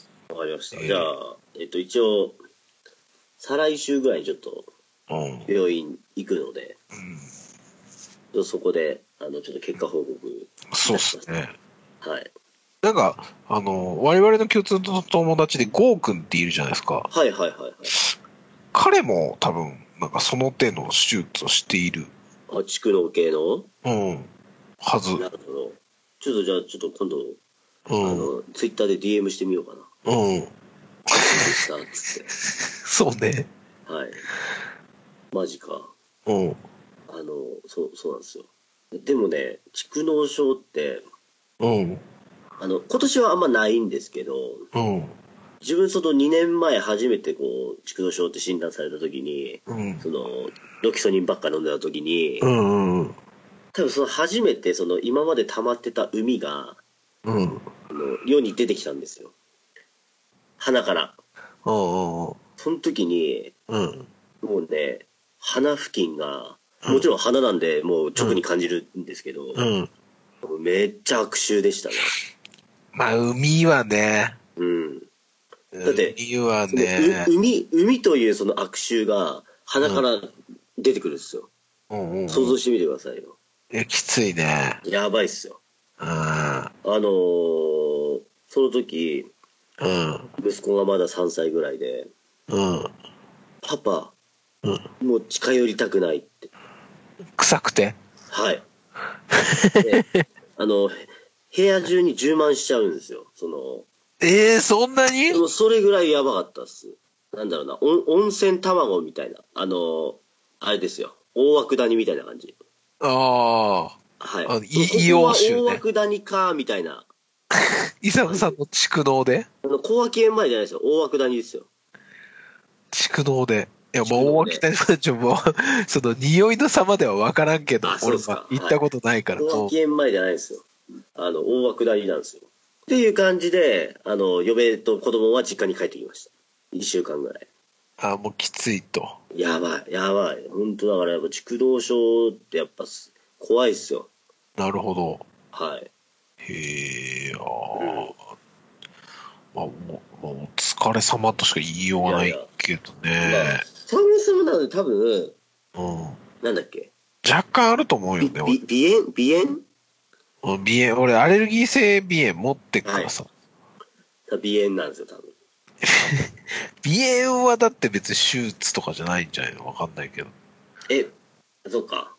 あ、わかりました。えー、じゃあ、えっと、一応、再来週ぐらいにちょっと、病院行くので、うん、そこで、あの、ちょっと結果報告。 そうっすね。 はい。 なんか、あの、我々の共通の友達でゴーくんっているじゃないですか。 はいはいはいはい。 彼も多分、なんかその手の手術をしている。 あ、蓄膿系の？ うん。はず。 なるほど。ちょっとじゃあ、ちょっと今度、うん、あの、ツイッターで ディーエム してみようかな。うん。したっつって。 そうね。 はい。マジか。 うん。 あの、そう、そうなんですよ。でもね、蓄膿症って、 うん。 あの、今年はあんまないんですけど、 うん。 自分そのにねんまえ初めてこう、蓄膿症って診断された時に、 うん、その、ロキソニンばっか飲んでた時に、 うんうん、 多分その初めてその今まで溜まってた膿が、うん、あの世に出てきたんですよ。鼻から。 うんうんうん、 その時に、 うん、 もうね、鼻付近が、もちろん鼻なんでもう直に感じるんですけど、うんうん、めっちゃ悪臭でしたね。 まあ、海はね。 うん。だって、 海はね。 海、海というその悪臭が鼻から出てくるんですよ。うんうんうん、想像してみてくださいよ。 いや、きついね。 やばいっすよ。 うん。あのー、その時、 うん、 息子がまださんさいぐらいで、 うん。 パパ、うん、もう近寄りたくないって。 臭くて？ はい。で、あの、部屋中に充満しちゃうんですよ。その、 えー、そんなに？ でもそれぐらいやばかったっす。なんだろうな、温泉卵みたいな。あの、あれですよ。大涌谷みたいな感じ。 ああ。 はい。 あの硫黄臭ね。 大涌谷か、みたいな。 伊佐さんの蓄膿で？ あの、小涌園前じゃないですよ。大涌谷ですよ。 蓄膿で。いや、もう大涌谷はちょ、もう、その匂いの差までは分からんけど、俺は行ったことないから。 大涌園前じゃないですよ。あの、大涌谷なんですよ。っていう感じで、あの、嫁と子供は実家に帰ってきました。いっしゅうかんぐらい。 あ、もうきついと。 やばい、やばい。本当だからやっぱ蓄膿症ってやっぱ怖いっすよ。 なるほど。 はい。 へえ、ああ、うん。まあ、もう、お疲れ様としか言いようがないけどね。いやいや、まあ、 寒さなので多分、 うん。 なんだっけ。 若干あると思うよね。 び鼻炎鼻炎鼻炎、俺アレルギー性鼻炎持ってっからさ。 はい、鼻炎なんですよ、多分。 鼻炎はだって別に手術とかじゃないんじゃないの？わかんないけど。 え、そっか。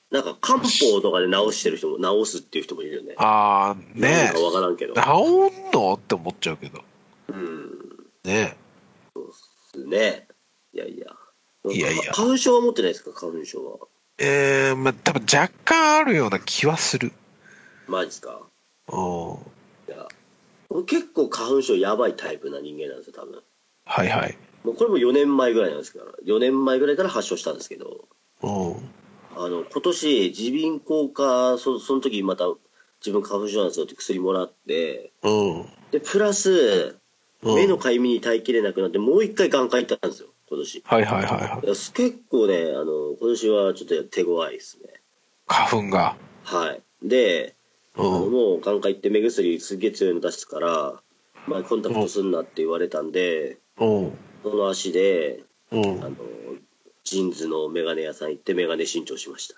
なんか漢方とかで治してる人も、治すっていう人もいるよね。 あー、ねえ。 なんかわからんけど。 治んのって思っちゃうけど。 うん。 ねえ。 そうっすね。いやいや。 いやいや。 花粉症は持ってないですか、花粉症は。 えー、まあ、多分若干あるような気はする。 マジっすか。 うん。 いや、結構花粉症やばいタイプな人間なんですよ、多分。 はいはい。 もうこれもよねんまえぐらいなんですけど、よねんまえぐらいから発症したんですけど、 うん。 あの、今年、耳鼻咽喉科、そその時また自分花粉症なんですよって薬もらって、 うん。 で、プラス、 うん、 目のかゆみに耐えきれなくなって、もう一回眼科行ったんですよ、今年。 はいはいはいはい。 結構ね、あの、今年はちょっと手強いですね。 花粉が。 はい。で、 うん、 あのもう眼科行って目薬すげえ強いの出すから、まあ、コンタクトすんなって言われたんで、 うん、 その足で、 うん、 あの、ジーンズのメガネ屋さん行ってメガネ新調しました。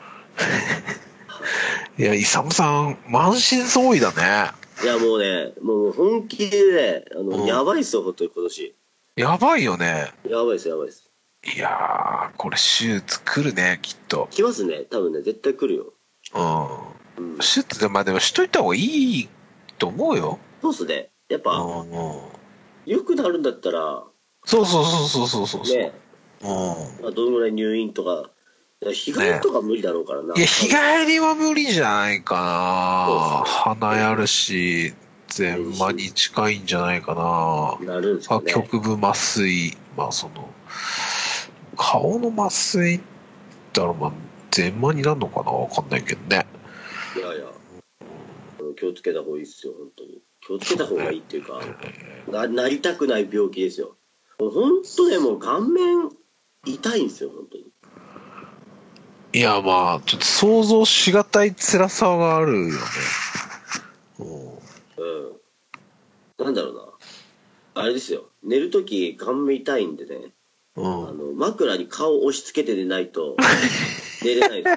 いや、イサムさん、満身創痍だね。 いや、もうね、もう本気でね、あの、 うん、 やばいっすよ、本当に今年。 やばいよね。 やばいっす、やばいっす。 いやー、これ手術来るね、きっと。 来ますね、多分ね、絶対来るよ。 うん。うん、手術で、まあでもしといた方がいいと思うよ。 そうっすね。やっぱ、 うん、 良くなるんだったら、 そうそうそうそうそうそう。 ね、 うん。 まあ、どのぐらい入院とか、日帰りとか無理だろうからな。 ね、いや、日帰りは無理じゃないかな。鼻やるし、全麻に近いんじゃないかな。 なるんですかね。 局部麻酔、まあその、顔の麻酔ったら、まあ、全麻になるのかなわかんないけどね。 いやいや、気をつけた方がいいっすよ、本当に。気をつけた方がいいっていうか、ななりたくない病気ですよ。もう本当ね、もう顔面痛いんですよ、本当に。 いや、まあ、ちょっと想像しがたい辛さがあるよね。 うん。なんだろうな。あれですよ。寝るとき顔面痛いんでね。うん、あの枕に顔を押し付けて寝ないと寝れないです。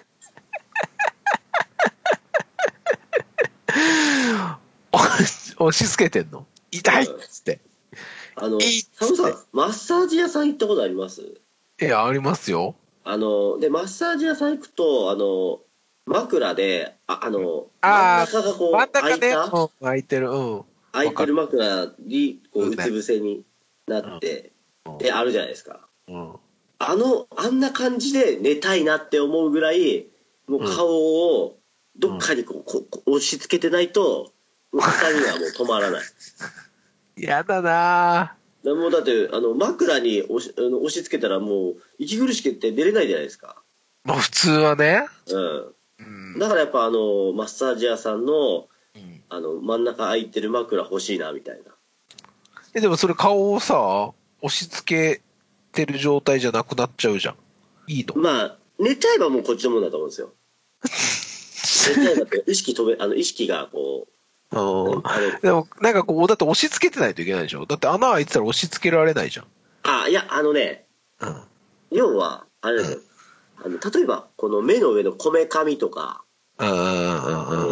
押し付けてんの痛いっつって。 あの、サムさん、マッサージ屋さん行ったことあります？ いや、ありますよ。 あの、で、マッサージ屋さん行くと、あの、枕で、あ、あの、 あ真ん中がこう、開いた、 うん、開いてる、うん。 開いてる枕に、こう、うつ伏せになって、うん、で、あるじゃないですか。うん。あの、あんな感じで寝たいなって思うぐらい、もう顔をどっかにこう、こう押し付けてないと、もう痛みはもう止まらない。 やだなぁ。もうだって、あの、枕に押し、あの押し付けたらもう、息苦しくて寝れないじゃないですか。 まあ普通はね。 うん。うん、だからやっぱあの、マッサージ屋さんの、うん、あの、真ん中空いてる枕欲しいな、みたいな。 え、でもそれ顔をさ、押し付けてる状態じゃなくなっちゃうじゃん。いいの？ まあ、寝ちゃえばもうこっちのもんだと思うんですよ。寝ちゃえばって意識飛べ、あの、意識がこう、 うん、でも、なんかこう、だって押し付けてないといけないでしょ？だって穴開いてたら押し付けられないじゃん。 あ、いや、あのね、うん、要は、あれですよ、うん、あの、例えば、この目の上のこめかみとか、うん、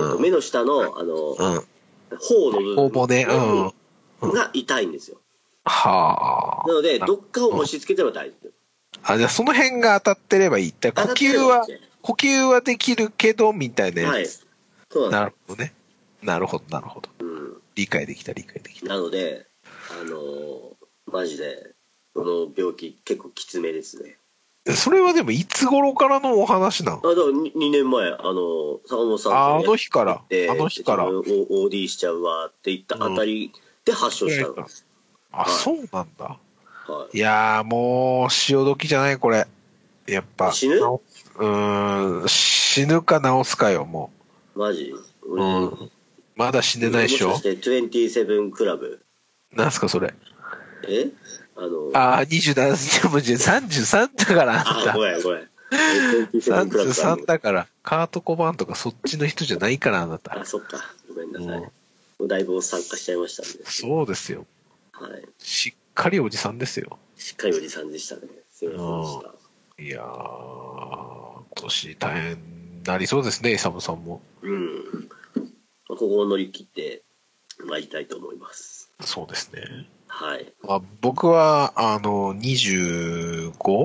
目の下の、あの、うん、頬の部分。 頬骨、 うん、が痛いんですよ。 はあ。 なので、どっかを押し付けてれば大丈夫。 あ、じゃあその辺が当たってればいい。だから呼吸は、呼吸はできるけど、みたいなやつ。はい。そうなんです。なるほどね。なるほど、なるほど。うん。理解できた、理解できた。 なので、あのー、マジで、この病気結構きつめですね。 それはでもいつ頃からのお話なの？ あ、だから 2, にねんまえ、あの、坂本さんと、ね、 あの日から。あの日から。 オーディー しちゃうわって言ったあたりで発症したんです。 うん、あ、はい、そうなんだ。はい、いやーもう、潮時じゃない、これ。やっぱ。 死ぬ？ うーん、死ぬか治すかよ、もう。マジ？ うん。まだ死んでないでしょ？ もしかしてにじゅうななクラブ？ なんすか、それ。 えあのああ、にじゅうなな、さんじゅうさんだからあんた。 あ、ごめん、ごめん。 さんじゅうさんだから、カートコバーンとかそっちの人じゃないから、あなた。 あ、そっか。ごめんなさい。もうだいぶ参加しちゃいましたんで。 そうですよ。 はい。 しっかりおじさんですよ。 しっかりおじさんでしたね。すいませんでした。 いやー、今年大変なりそうですね、イサムさんも。 うん。ここを乗り切って参りたいと思います。 そうですね。 はい。 まあ、僕は、あの、にじゅうご?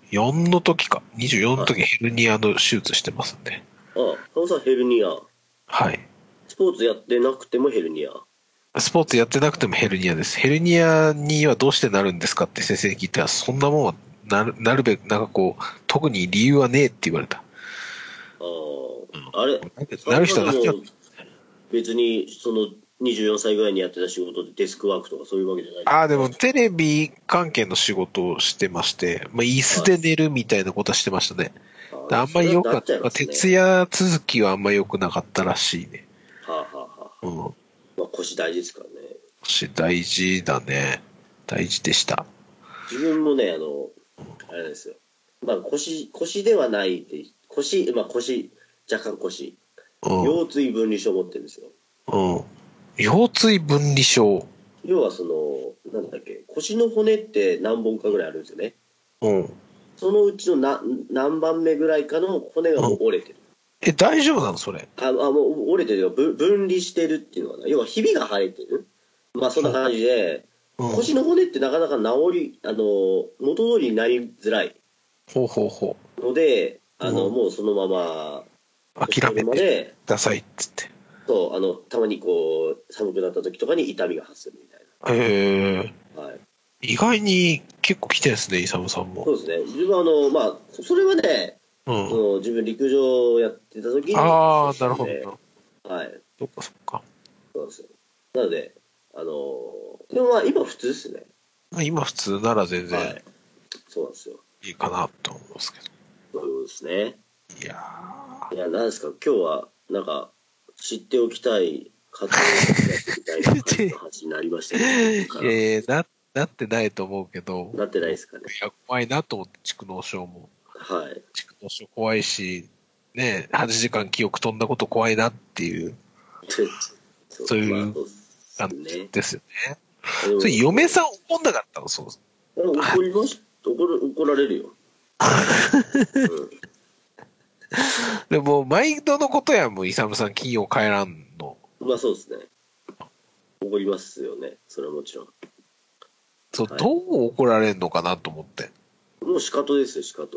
よんの時か。にじゅうよんの時ヘルニアの手術してますんで。 ああ、ハムさんヘルニア。 はい。 スポーツやってなくてもヘルニア。 スポーツやってなくてもヘルニアです。ヘルニアにはどうしてなるんですかって先生に聞いたら、そんなもんはなる、なるべく、なんかこう、特に理由はねえって言われた。ああ、うん、あれなる人だけは。 別に、その、にじゅうよんさいぐらいにやってた仕事でデスクワークとかそういうわけじゃない。 ああ、でもテレビ関係の仕事をしてまして、まあ、椅子で寝るみたいなことはしてましたね。あ, あんまり良かった。ね、徹夜続きはあんまり良くなかったらしいね。 はあはあはあ。うん。まあ腰大事ですからね。 腰大事だね。大事でした。 自分もね、あの、あれですよ。まあ腰、腰ではないで、腰、まあ腰、若干腰。うん、腰椎分離症を持ってるんですよ。 うん。腰椎分離症。 要はその、なんだっけ、腰の骨って何本かぐらいあるんですよね。うん。そのうちのな何番目ぐらいかの骨がもう折れてる。 うん、え、大丈夫なのそれ。 あ、あもう折れてるよ。分離してるっていうのはな。要はひびが生えてる。まあそんな感じで、うん、腰の骨ってなかなか治り、あの、元通りになりづらい。 ほうほうほう。ので、あの、うん、もうそのまま、 諦めてくださいっつって。 そう、あの、たまにこう、寒くなった時とかに痛みが発するみたいな。 へえ。はい。意外に結構来てるんですね、イサムさんも。 そうですね。自分はあの、まあ、それはね、うん、その自分陸上をやってた時に。 ああ、なるほど。 はい。 そっかそっか。 そうですよ。なので、あの、でもまあ今普通ですね。 今普通なら全然、はい、 そうなんですよ。 いいかなと思いますけど。 そういうことですね。 いやー。いや、なんですか、今日は、なんか、知っておきたい活動をやってみたいな感じの話になりましたね。 いやいや、な、なってないと思うけど。 なってないですかね。 いや、怖いなと思って、蓄能症も。 はい。 蓄能症怖いし、ね、はちじかん記憶飛んだこと怖いなっていう、そう、そういう感じですよね。それ嫁さん怒んなかったの？そう。 怒ります。怒る、怒られるよ。 うん、でも、毎度のことやもん、イサムさん金曜帰らんの。 まあそうですね。怒りますよね。それはもちろん。 そう、はい、どう怒られんのかなと思って。 もう仕方ですよ、仕方。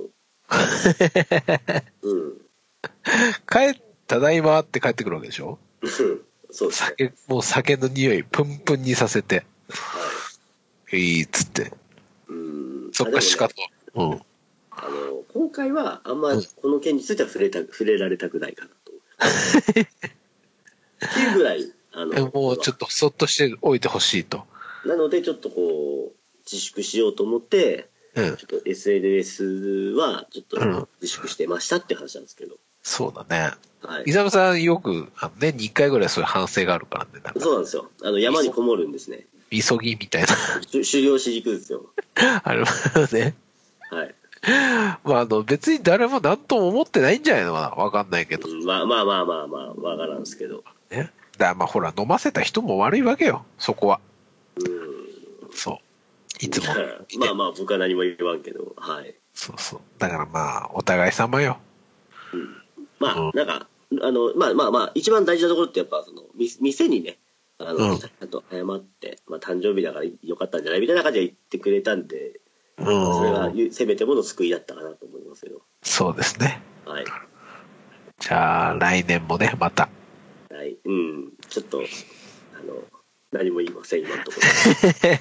うん。 帰っただいまって帰ってくるわけでしょ？ そうですね。 酒、もう酒の匂いプンプンにさせて。はい。いいっつって。うん。そっか、仕方。うん。 あの、今回はあんまこの件については触れた、触れられたくないかなと。っていうぐらい、あの、 もうちょっとそっとしておいてほしいと。 なので、ちょっとこう、自粛しようと思って、うん、ちょっと エスエヌエス はちょっと自粛してましたって話なんですけど。うん、 そうだね。はい。イサムさんよく、あの年にいっかいぐらいそういう反省があるからね。なんかそうなんですよ。あの、山にこもるんですね。 急ぎみたいな。 修行しに行くんですよ。 あれね。はい。まあ、あの、別に誰も何とも思ってないんじゃないのかな、わかんないけど。 うん、まあまあまあまあまあ、わからんですけど。 ね。だからまあほら、飲ませた人も悪いわけよ、そこは。うん。そう。いつも。 まあまあ、僕は何も言わんけど、はい。 そうそう。だからまあ、お互い様よ。 うん。まあ、うん、なんか、あの、まあまあまあ、一番大事なところってやっぱ、その、店にね、あの、ちゃんと謝って、まあ、誕生日だからよかったんじゃないみたいな感じで言ってくれたんで、うん、それがせめてもの救いだったかなと思いますけど。 そうですね。 はい。 じゃあ、来年もね、また。 はい。うん。ちょっと、あの、何も言いません、今のところ。はい、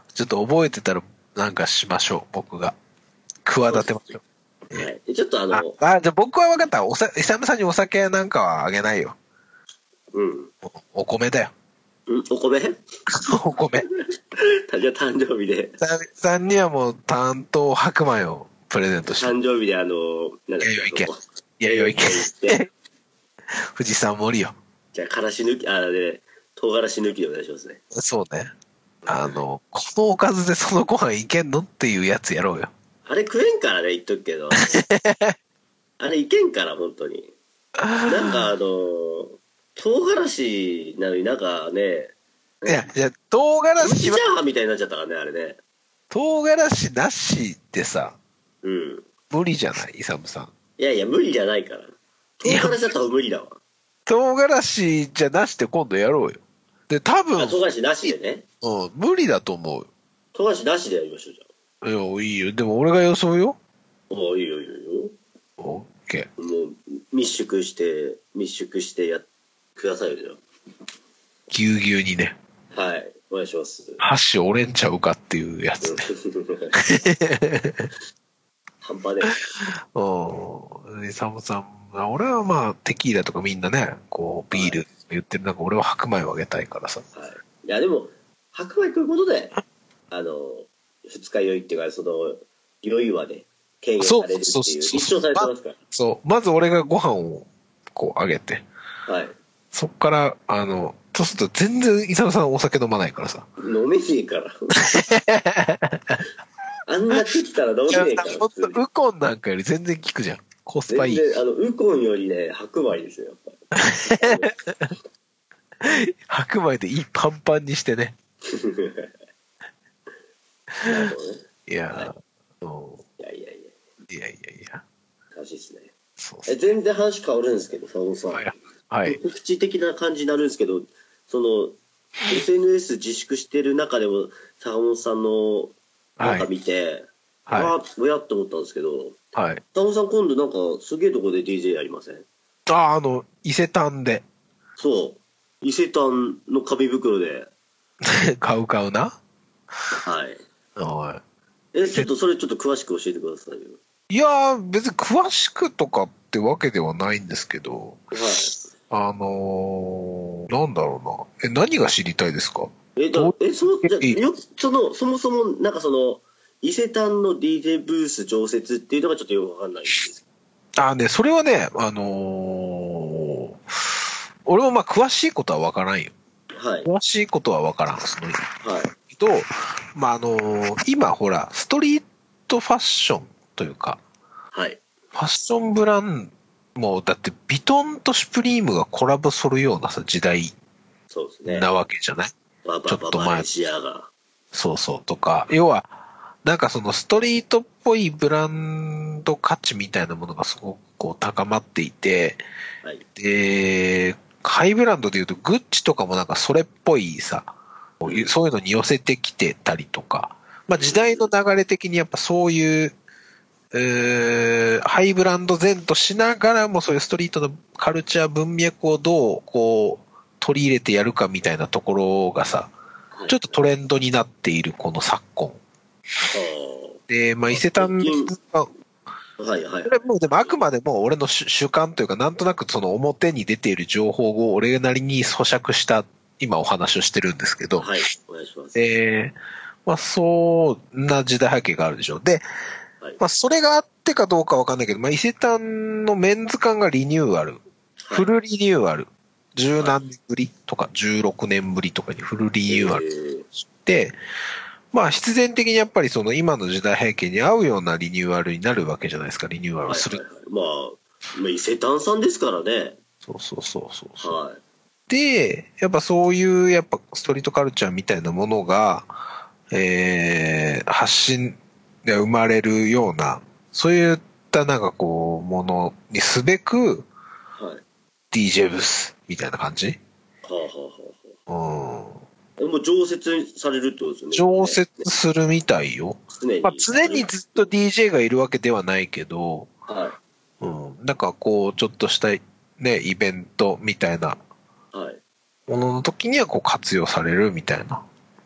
ちょっと覚えてたらなんかしましょう、僕が。企てましょう。はい。ちょっとあの。 あ、あじゃあ僕は分かった。おさ、イサムさんにお酒なんかはあげないよ。 うん。 お、お米だよ。 んお米お米。 じゃあ誕生日で。 さんにはもう担当白米をプレゼントして。 誕生日であの、なんだっけ。 いやいやいけ。富士山盛りよ。 じゃあ、からし抜き、あれ、唐辛子抜きでお願いしますね。 そうね。あの、このおかずでそのご飯いけんのっていうやつやろうよ。 あれ食えんからね、言っとくけど。あれいけんから、本当に。なんかあの、唐辛子なのになんかね。 いや、いや、唐辛子は。 チャーハンみたいになっちゃったからね、あれね。 唐辛子なしってさ。 うん。 無理じゃない、イサムさん。 いやいや、無理じゃないから。唐辛子だったら無理だわ。 唐辛子じゃなしで今度やろうよ。で、多分。 あ、唐辛子なしでね。 うん、無理だと思うよ。 唐辛子なしでやりましょう、じゃいや、いいよ。でも俺が予想よ。 ああ、いいよいいよいいよ。 オッケー。 もう、密縮して、密縮してや、くださいよ、じゃぎゅうぎゅうにね。 あ。はい。お願いします。 箸折れんちゃうかっていうやつね。 半端ね。 うん。イサムさん、俺はまあ、テキーラとかみんなね、こう、ビール言ってる中、俺は白米をあげたいからさ。 はい。いや、でも、白米食うことで、あの、二日酔いっていうか、その、酔いはね、軽減されるっていう、一生されてますから。 そう。まず俺がご飯を、こう、あげて。 はい。 そっから、あの、そうすると全然イサムさんお酒飲まないからさ。 飲めねえから。あんな食ったら飲めねえから。 ほんと、ウコンなんかより全然効くじゃん。コスパいい。 全然、あの、ウコンよりね、白米ですよ、やっぱり。白米でいいパンパンにしてね。 なるほどね。 いや、 はい、いやいやいや。 いやいやいや。 楽しいですね。 そうそう。 え、全然話変わるんですけど、佐野さん。はい。はい。告知的な感じになるんですけど、その、エスエヌエス 自粛してる中でも、坂本さんのなんか見て、はい、ああ、ぼやっと思ったんですけど、はい。坂本さん今度なんかすげえとこで ディージェー やりません？ ああ、あの、伊勢丹で。 そう。伊勢丹の紙袋で。 買う買うな。 はい。 はい。 え、ちょっとそれちょっと詳しく教えてくださいよ。 いやー、別に詳しくとかってわけではないんですけど、はい。あのー、なんだろうな。え、何が知りたいですか？ え、だえ、その、じゃよ、その、そもそも、なんかその、伊勢丹の ディージェー ブース常設っていうのがちょっとよくわかんないんです。 あ、ね、それはね、あのー、俺もまあ詳しいことはわからんよ。はい。詳しいことはわからん。その、はい。と、まあ、あのー、今ほら、ストリートファッションというか、はい。ファッションブランド、もうだってビトンとシュプリームがコラボするようなさ、時代なわけじゃない？ ババババレシアが。 そうそうとか、要は、なんかそのストリートっぽいブランド価値みたいなものがすごくこう高まっていて、はい、で、ハイブランドでいうとグッチとかもなんかそれっぽいさ、うん、そういうのに寄せてきてたりとか、まあ時代の流れ的にやっぱそういう、えー、ハイブランド前としながらもそういうストリートのカルチャー文脈をどうこう取り入れてやるかみたいなところがさ、ちょっとトレンドになっているこの昨今。で、まあ、伊勢丹は、はいはい。これもうでもあくまでも俺の主観というか、なんとなくその表に出ている情報を俺なりに咀嚼した今お話をしてるんですけど。 はい、お願いします。 えー、まあ、そんな時代背景があるでしょう。で、はい、まあ、それがあってかどうかわかんないけど、まあ、伊勢丹のメンズ館がリニューアル。フルリニューアル。十何年ぶりとか、十六年ぶりとかにフルリニューアルして、まあ必然的にやっぱりその今の時代背景に合うようなリニューアルになるわけじゃないですか、リニューアルする。 はいはいはい、まあ、まあ、伊勢丹さんですからね。 そうそうそうそう。はい。で、やっぱそういうやっぱストリートカルチャーみたいなものが、えー、発信で生まれるような、そういったなんかこう、ものにすべく、はい、ディージェー ブースみたいな感じ？はあはあはあ。 うん。もう常設されるってことですよね。 常設するみたいよ。常に。まあ、常にずっと ディージェー がいるわけではないけど、はい。うん。なんかこう、ちょっとしたね、イベントみたいな、はい。ものの時にはこう活用されるみたいな、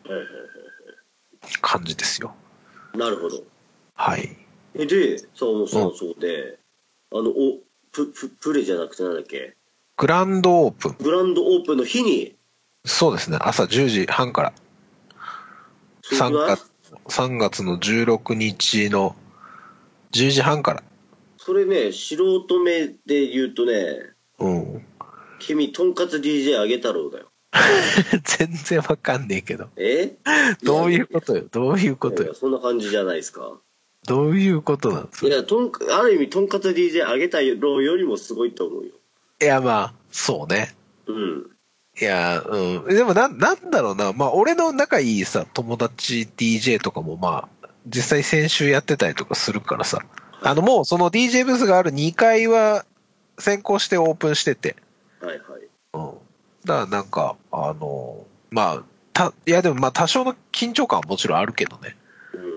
感じですよ。 なるほど。 はい。 え、で、沢本さん、そうで、あの、お、プ、プ、プレじゃなくてなんだっけ？ グランドオープン。 グランドオープンの日に、 そうですね。朝じゅうじはんから。さんがつ、さんがつのじゅうろくにちのじゅうじはんから。 それね、素人目で言うとね、うん。君、とんかつ ディージェー あげ太郎だよ。 全然わかんねえけど。 えどういうことよ、どういうことよ。いやいや、 そんな感じじゃないですか。 どういうことなんですか？ いや、とん、ある意味、とんかつ ディージェー あげた郎よりもすごいと思うよ。 いや、まあ、そうね。 うん。 いや、うん。でもな、なんだろうな。まあ、俺の仲いいさ、友達 ディージェー とかもまあ、実際先週やってたりとかするからさ。はい、あの、もうその ディージェー ブースがあるにかいは先行してオープンしてて。 はいはい。 うん。だからなんか、あの、まあ、た、いやでもまあ多少の緊張感はもちろんあるけどね。 うん。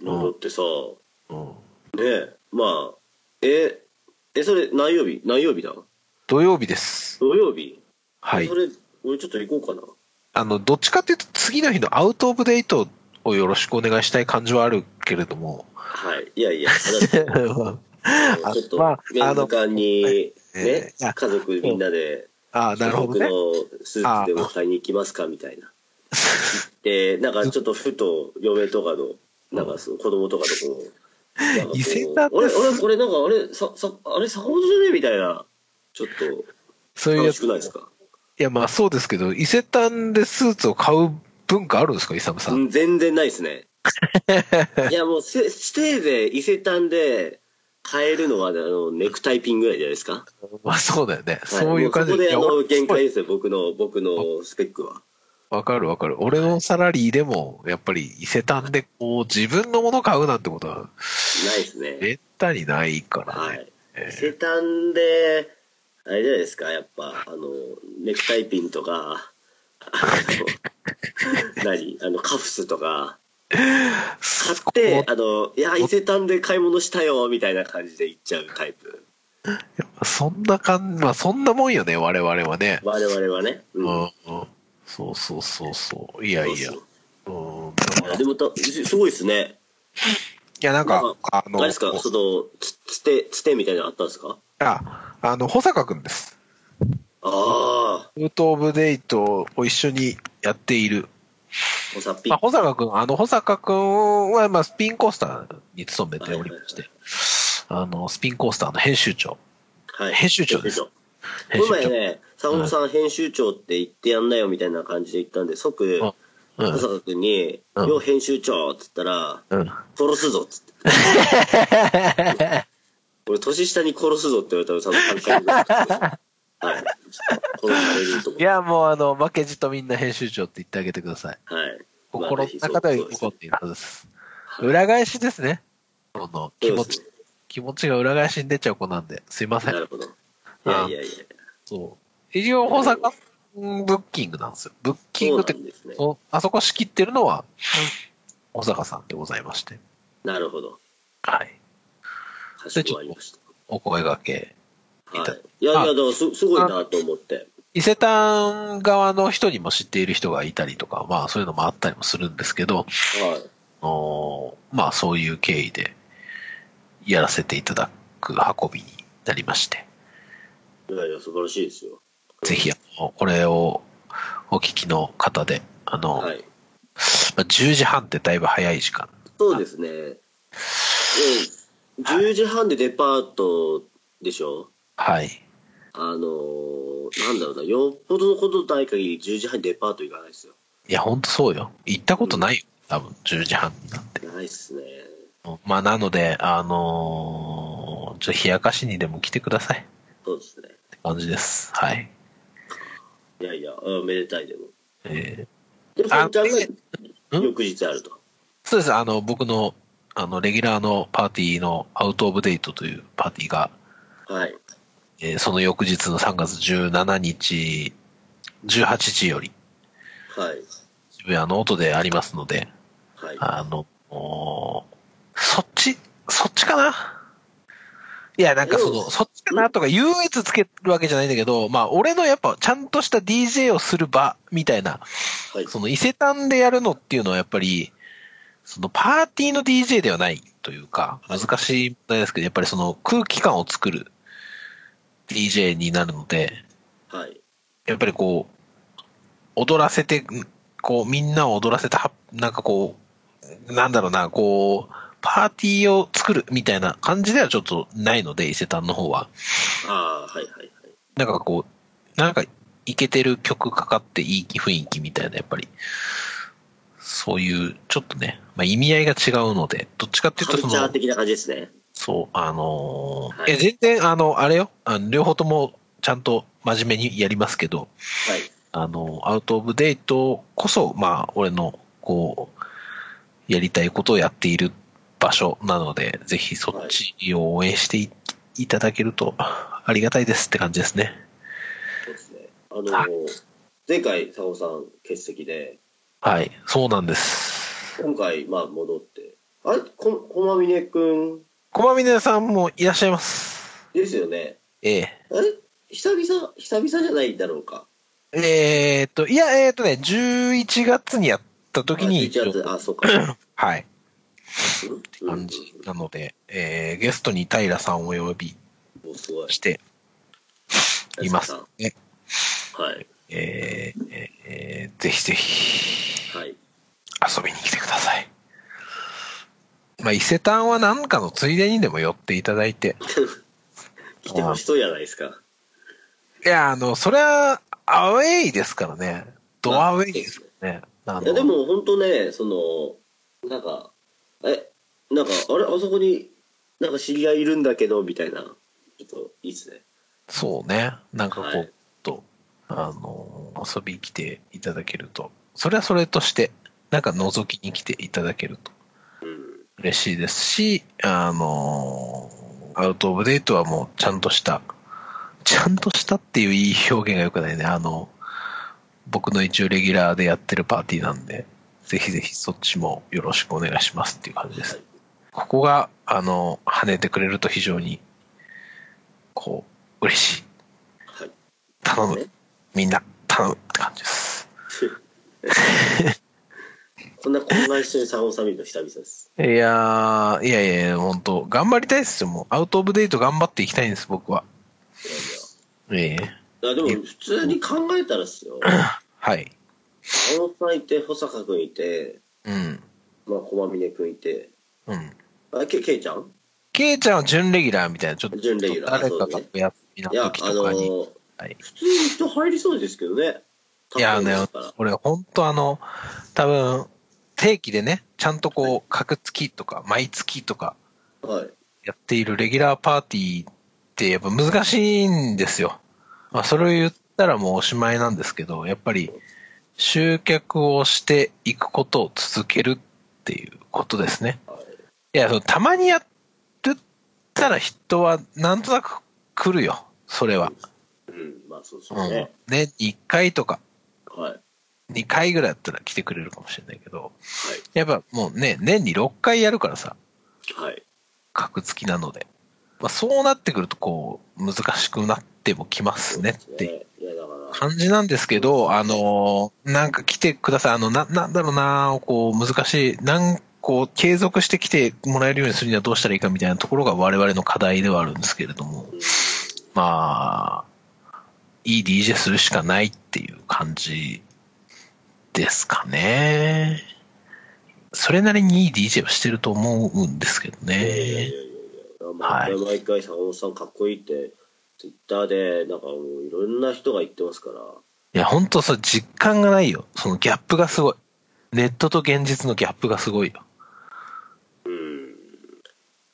うん、だってさ、 うん、 ねえ、まあ、え、え、それ何曜日何曜日だ？ 土曜日です。 土曜日？ はい。 それ、俺ちょっと行こうかな。 あの、どっちかっていうと次の日のアウトオブデートをよろしくお願いしたい感じはあるけれども。 はい。いやいや、あの、ちょっと、メンズ館に、ね、家族みんなで、 あ、なるほどね。 のスーツでも買いに行きますかみたいな。で、なんかちょっとふと嫁とかの、なんかその子供とかとこう、なんかこう、 伊勢丹あれ、あれ、これなんかあれ、さ、さ、あれ、坂本じゃねみたいな、ちょっと、楽しくないですか？ いや、まあそうですけど、伊勢丹でスーツを買う文化あるんですか、イサムさん。 うん、全然ないですね。いや、もうせ、せいぜい伊勢丹で買えるのは、あの、ネクタイピンぐらいじゃないですか。 まあそうだよね。 はい、 そういう感じで。そこで、あの、限界ですよ、僕の、僕のスペックは。 わかるわかる。俺のサラリーでも、やっぱり伊勢丹でこう、自分のもの買うなんてことは、 ないですね。 めったにないからね。 はい。伊勢丹で、あれじゃないですか、やっぱ、あの、ネクタイピンとか、あの、何あの、カフスとか、買って、あの、いや、伊勢丹で買い物したよ、みたいな感じで行っちゃうタイプ。 そんな感じ、まあそんなもんよね、我々はね。 我々はね。 うん。うん、そうそうそうそう。いやいや。 そうそう、うん。でもた、すごいですね。 いや、なんか、 なんかあの、あれですか、その、つ、つて、つてみたいなのあったんですか？ あ、あの、保坂くんです。 ああ。 アウトオブデートを一緒にやっている。 おさっぴ。 まあ、保坂くん、あの、保坂くんは、まあ、スピンコースターに勤めておりまして、あの、スピンコースターの編集長。 はい。 編集長です。 この前ね、坂本さん編集長って言ってやんなよみたいな感じで言ったんで、即、保坂くんに、よ、編集長っつったら、殺すぞっつって。俺、年下に殺すぞって言われたら多分さんかいぐらい。はい。殺されると思う。 いや、もうあの、負けじとみんな編集長って言ってあげてください。 はい。 心の中では怒っているはずです。裏返しですね。その気持ち、気持ちが裏返しに出ちゃう子なんで、すいません。 なるほど。いやいやいや。 そう。一応、大阪ブッキングなんですよ。ブッキングって、そうあそこ仕切ってるのは、小坂さんでございまして。 なるほど。 はい。 かしこまりました。 お声掛けいた。はい。いやいや、だすすごいなと思って。 伊勢丹側の人にも知っている人がいたりとか、まあそういうのもあったりもするんですけど、はい。おまあそういう経緯でやらせていただく運びになりまして。 いやいや、素晴らしいですよ。 ぜひ、あの、これをお聞きの方で、あの、はい、まあ、じゅうじはんってだいぶ早い時間。 そうですね。じゅうじはんでデパートでしょ？はい。あのー、なんだろうな、よっぽどのことない限りじゅうじはんにデパート行かないですよ。 いや、ほんとそうよ。行ったことないよ。うん、多分、じゅうじはんなんて。 ないっすね。 まあ、なので、あのー、ちょっと冷やかしにでも来てください。 そうですね。 って感じです。はい。 いやいや、あめでたいでも。 えー、でも、そのちゃんが翌日あると。 そうです。あの、僕の、あの、レギュラーのパーティーのアウトオブデートというパーティーが、はい。えー、その翌日のさんがつじゅうしちにち、じゅうはちじより、はい。渋谷の音でありますので、はい。あの、そっち、そっちかないや、なんかその、そっちかなとか優越つけるわけじゃないんだけど、まあ、俺のやっぱちゃんとした ディージェー をする場みたいな、はい、その伊勢丹でやるのっていうのはやっぱり、そのパーティーの ディージェー ではないというか、難しい問題ですけど、やっぱりその空気感を作る ディージェー になるので、はい。やっぱりこう、踊らせて、こう、みんなを踊らせた、なんかこう、なんだろうな、こう、パーティーを作るみたいな感じではちょっとないので、伊勢丹の方は。ああ、はいはいはい。なんかこう、なんかイケてる曲かかっていい雰囲気みたいな、やっぱり。そういう、ちょっとね、まあ、意味合いが違うので、どっちかっていうとその、カルチャー的な感じですね。そう、あのーはい、え、全然、あの、あれよ、あの両方ともちゃんと真面目にやりますけど、はい。あの、アウトオブデートこそ、まあ、俺の、こう、やりたいことをやっている場所なので、ぜひそっちを応援して い,、はい、いただけるとありがたいですって感じですね。そうですね。あのー、前回、佐尾さん欠席で、はい、そうなんです。 今回、まあ、戻って。 あれこ、こまみねくん。 こまみねさんもいらっしゃいます。 ですよね。 ええ。 あれ久々、久々じゃないだろうか。 えーっと、いや、えーっとね、じゅういちがつにやった時に、 じゅういちがつ、あ、そうか。 はい。 うん、 感じなので、えー、ゲストに平さんをお呼びしていますね。 はい。 えーえー、ぜひぜひ、 はい。 遊びに来てください。まあ、伊勢丹は何かのついでにでも寄っていただいて。 来てほしそうじゃないですか。 いや、あの、それは、アウェイですからね。ドアウェイですね。 まあ、いや、でも本当ね、その、なんか、え、なんか、あれ、あそこになんか知り合いいるんだけど、みたいな。ちょっと、いいっすね。 そうね。なんかこう、 はい、 と、あの、遊びに来ていただけると、それはそれとして、なんか覗きに来ていただけると、嬉しいですし、あの、アウトオブデートはもうちゃんとした、ちゃんとしたっていういい表現がよくないね。あの、僕の一応レギュラーでやってるパーティーなんで、ぜひぜひそっちもよろしくお願いしますっていう感じです。はい、ここが、あの、跳ねてくれると非常に、こう、嬉しい。はい、頼む。みんな、頼むって感じです。 こんな混乱してるサンオさん見るの久々です。 いやー、いやいや、本当頑張りたいですよ、もう。アウトオブデート頑張っていきたいんです、僕は。いやいや。ええ。 いや、でも、普通に考えたらですよ。 はい。 サンオさんいて、保坂くんいて、 うん。 まあ、駒峰くんいて、 うん。 あ、け、けいちゃんケイちゃんは準レギュラーみたいな、ちょっと、 準レギュラー、 誰かとやってな時とかに。 いや、あのーはい、 普通に人入りそうですけどね。 いやね、俺本当あの、多分、定期でね、ちゃんとこう、はい、各月とか、毎月とか、やっているレギュラーパーティーってやっぱ難しいんですよ。まあ、それを言ったらもうおしまいなんですけど、やっぱり、集客をしていくことを続けるっていうことですね。いや、そのたまにやったら人はなんとなく来るよ、それは。 うん、うん、まあそうですよね。 うん、年にいっかいとか、 はい、 にかいぐらいだったら来てくれるかもしれないけど、はい、やっぱもうね、年にろっかいやるからさ、はい、格付きなので、まあ、そうなってくるとこう、難しくなってもきますねっていう感じなんですけど、あの、なんか来てください、あの、な、なんだろうな、こう、難しい、なんこう、継続して来てもらえるようにするにはどうしたらいいかみたいなところが我々の課題ではあるんですけれども、まあ、いい ディージェー するしかないっていう感じですかね。それなりにいい ディージェー をしてると思うんですけどね。いやいやいやいや、毎回毎回坂本さんかっこいいって、ツイッターでなんかもういろんな人が言ってますから。 いや、本当それ実感がないよ。そのギャップがすごい。ネットと現実のギャップがすごいよ。 うん。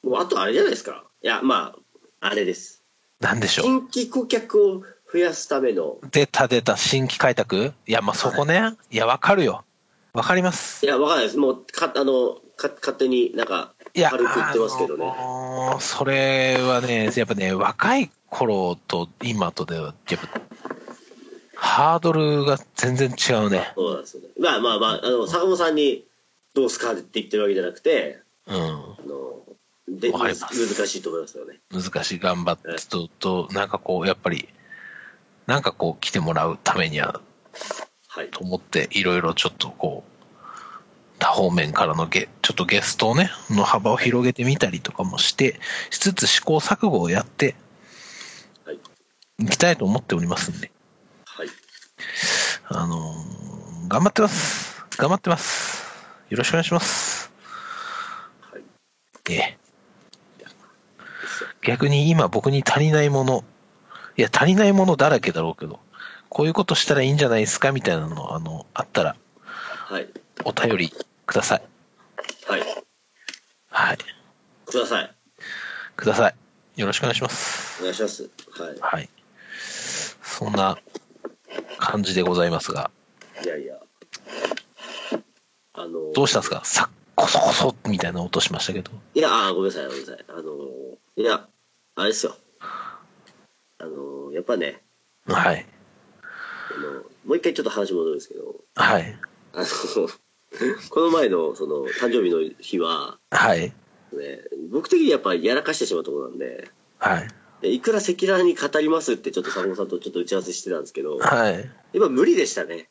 もうあとあれじゃないですか。いや、まあ、あれです。 なんでしょう。 新規顧客を増やすための。 出た出た、新規開拓？いや、まあそこね。はい、いや、わかるよ。わかります。 いや、わかんないです。もう、か、あの、か、勝手になんか、軽く言ってますけどね。 あのー、それはね、やっぱね、若い頃と今とでは、やっぱ、ハードルが全然違うね。 そうなんですよね。まあまあまあ、あの、坂本さんにどうすかって言ってるわけじゃなくて、うん。あの、で、難しいと思いますよね。 難しい、頑張ってと、と、なんかこう、やっぱり、なんかこう、来てもらうためには、はい。と思って、いろいろちょっとこう、多方面からのゲ、ちょっとゲストをね、の幅を広げてみたりとかもして、しつつ試行錯誤をやって、はい。いきたいと思っておりますんで。はい。あのー、頑張ってます。頑張ってます。よろしくお願いします。はい。ええ。逆に今僕に足りないもの、いや足りないものだらけだろうけど、こういうことしたらいいんじゃないですかみたいなの、あの、あったら、はい。お便りください。はい。はい。ください。ください。よろしくお願いします。お願いします。はい。はい。そんな感じでございますが。いやいや。あのー、どうしたんですか？さっこそこそみたいな音しましたけど。いや、あ、ごめんなさい、ごめんなさい。あのー、いや、あれですよ。あのー、やっぱね。はい。あの、もう一回ちょっと話戻るんですけど。はい。あの、 この前のその誕生日の日は、 はい。 ね、僕的にやっぱやらかしてしまうところなんで、 はい。 いくら赤裸々に語りますってちょっと坂本さんとちょっと打ち合わせしてたんですけど、 はい。 やっぱ無理でしたね。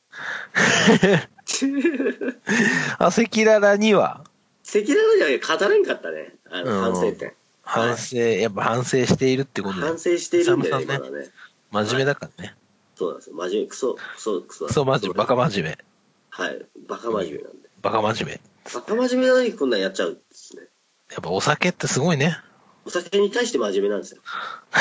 あ、赤裸々には赤裸々には語れんかったね。あの、反省点。 反省、はい、やっぱ反省しているってことね。 反省しているんでね、まだね。 真面目だからね。はい、 そうなんですよ。真面目、クソ、クソ、クソ。 クソ真面目、バカ真面目。 はい。バカ真面目なんで。 バカ真面目。 バカ真面目なのにこんなんやっちゃうんですね。 やっぱお酒ってすごいね。 お酒に対して真面目なんですよ。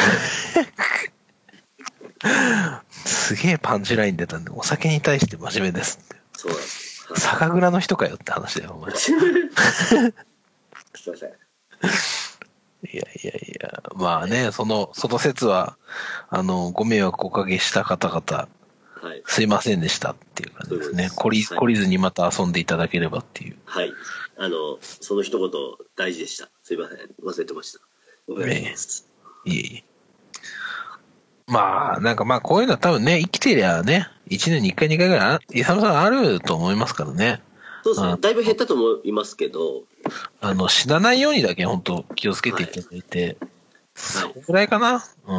すげえパンチライン出たんで、お酒に対して真面目ですって。 そうなんです。 はい、酒蔵の人かよって話だよ、お前。すいません。 いやいやいや、まあね、その、その説は、あの、ご迷惑おかけした方々、はい、すいませんでしたっていう感じですね。懲り、懲りずにまた遊んでいただければっていう。 はい。あの、その一言大事でした。すいません。忘れてました。お願いします。 いえいえ。まあ、なんかまあこういうのは多分ね、生きてりゃね、一年に一回二回ぐらい、イサムさんあると思いますからね。 そうですね。だいぶ減ったと思いますけど。 あの、死なないようにだけ本当気をつけていただいて、はい、それぐらいかな。うん。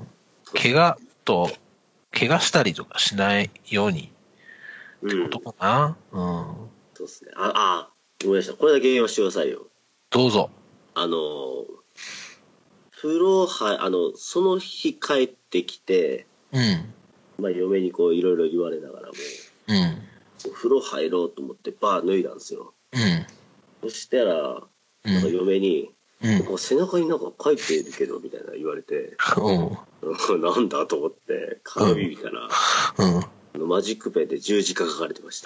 怪我と、怪我したりとかしないように。ってことかな。うん。うん、 そうですね。あ、あ、ごめんなさい。これだけ言わせてくださいよ。 どうぞ。 あの、風呂入、あの、その日帰ってきて、 うん。 まあ、嫁にこう、いろいろ言われながらも、 うん。 お風呂入ろうと思ってバー脱いだんですよ。 うん。 そしたら、なんか嫁に、 うん、 なんか背中になんか書いてるけど、みたいな言われて、うん、なんだと思って、鏡見たら、うん、マジックペンで十字架書かれてました。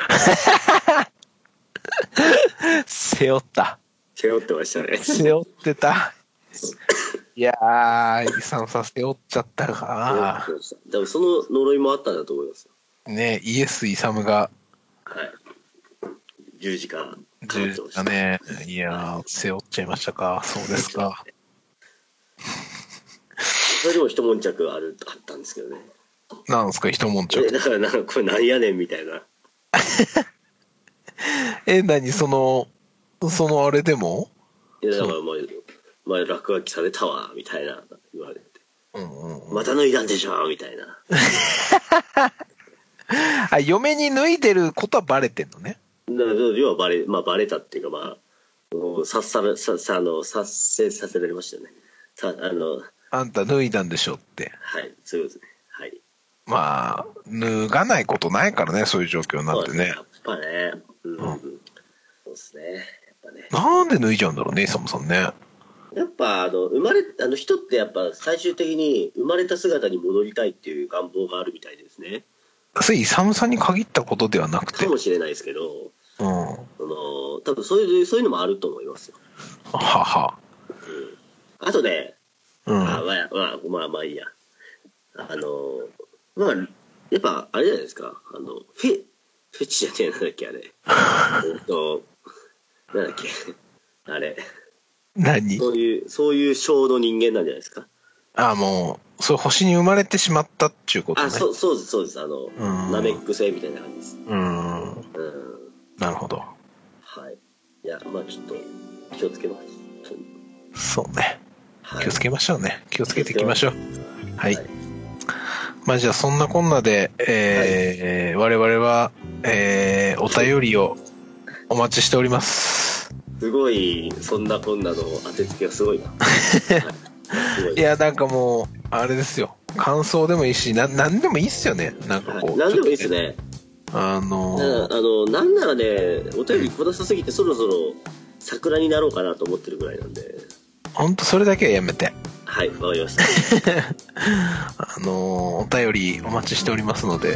背負った。 背負ってましたね。 背負ってた。いやー、イサムさん背負っちゃったか。 でもその呪いもあったんだと思いますよ。 ね、イエス・イサムが。 はい。十字架。 十字架ね。いやー、背負っちゃいましたか。そうですか。 それでも一悶着ある、あったんですけどね。 なんですか、一悶着。 だからなんか、これなんやねんみたいな。 え、何その、そのあれでもいや、だからもう、前落書きされたわ、みたいな言われて。 うんうんうん、 また脱いだんでしょみたいな。 あ、嫁に脱いでることはバレてんのね。 だから要はバレ、まあバレたっていうか、まあ、さっさら、さ、さ、あの、察せさせられましたよね。さ、あの、 あんた脱いだんでしょって。 はい、そういうことですね。はい。 まあ、脱がないことないからね、そういう状況になってね。 やっぱね、うん、うん、そうですね。やっぱね。 なんで脱いじゃうんだろうね、イサムさんね。 やっぱ、あの、生まれ、あの、人ってやっぱ最終的に生まれた姿に戻りたいっていう願望があるみたいですね。 それ、イサムさんに限ったことではなくて。 かもしれないですけど、うん。その、多分そういう、そういうのもあると思いますよ。 はは。 うん。あとね、 うん。 あ、まあ、まあ、まあ、まあいいや。あの、まあ、やっぱ、あれじゃないですか。あの、フェ、フェチじゃねえなんだっけ、あれ。えっと、なんだっけ。あれ。 何？ そういう、そういう小の人間なんじゃないですか。 ああ、もう、そう、星に生まれてしまったっていうことね。 あ、そう、そうです、そうです。あの、ナメック星みたいな感じです。 うん。うん。なるほど。 はい。いや、まあちょっと、気をつけます。 そうね。はい、気をつけましょうね。気をつけていきましょう。はい。はい、まあじゃあそんなこんなで、えーはい、我々は、えー、お便りをお待ちしております。 すごい、そんなこんなの当てつけがすごいな。はい、 いや、なんかもう、あれですよ。感想でもいいし、な、なんでもいいっすよね。なんかこう。 なんでもいいっすね。 あのー、あの、なんならね、お便りくださすぎてそろそろ桜になろうかなと思ってるぐらいなんで。 ほんとそれだけはやめて。 はい、わかりました。 あのー、お便りお待ちしておりますので、はい、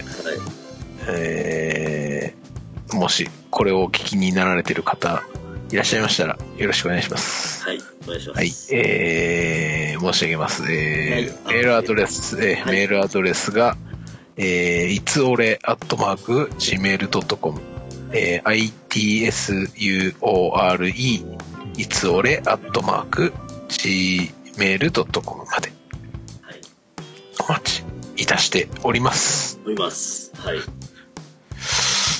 えー、もしこれをお聞きになられている方いらっしゃいましたらよろしくお願いします。 はい、お願いします。 はい、えー、申し上げます。えー、はい、メールアドレス、えーはい、メールアドレスが、えー、いつおれアットマーク ジーメールドットコム、えー、アイティーエスユーオーアールイー いつおれアットマーク ジーメールドットコム まで、はい、お待ちいたしております。 おります。はい。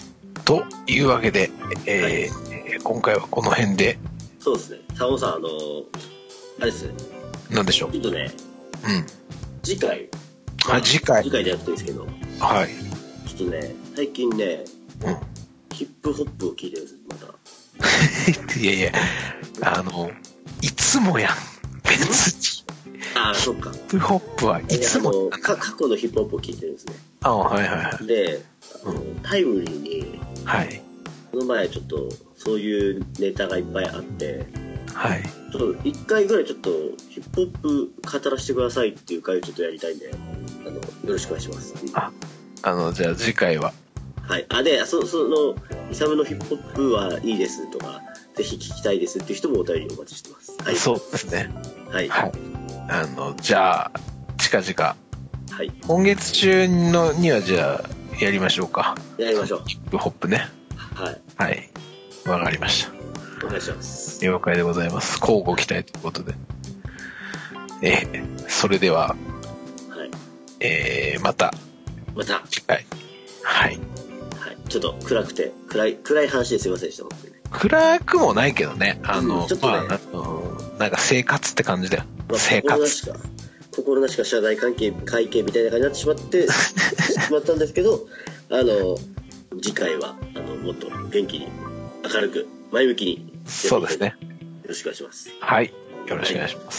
というわけで、えーはい、今回はこの辺で。 そうですね。坂本さん、あのー、あれですね。 なんでしょう。 ちょっとね、 うん。 次回。 まあ、次回。 次回じゃなくていいですけど。 はい。 ちょっとね、最近ね、 うん。 ヒップホップを聞いてるんです、また。 いやいや、あの、いつもやん。別に。 ああ、そっか。 ヒップホップはいつも。 か過去のヒップホップを聞いてるんですね。 ああ、はいはいはい。 で、あの、うん、タイムリーに、 はい。 この前ちょっと、そういうネタがいっぱいあって、 はい。 ちょっと一回ぐらいちょっとヒップホップ語らせてくださいっていう回をちょっとやりたいんで、あの、よろしくお願いします。 あ、あの、じゃあ次回は。 はい。あ、で、そ、その、イサムのヒップホップはいいですとか、ぜひ聞きたいですっていう人もお便りお待ちしてます。はい。 そうですね。 はい。 はい。あの、じゃあ、近々。 はい。 今月中のにはじゃあ、やりましょうか。 やりましょう。 ヒップホップね。 はい。 はい。わかりました。 お願いします。 了解でございます。交互期待ということで。えー、それでは、 はい。 えー、また。 また。 次回。はい。 はい。ちょっと暗くて、暗い、暗い話ですいませんでした、本当にね。 暗くもないけどね。あの、 うん、ちょっとね、 まあ、あの、なんか生活って感じだよ。まあ、生活。 心なしか、心なしか社内関係、会計みたいな感じになってしまって、しまったんですけど、あの、次回は、あの、もっと元気に、明るく、前向きに。 そうですね。 よろしくお願いします。 はい。よろしくお願いします。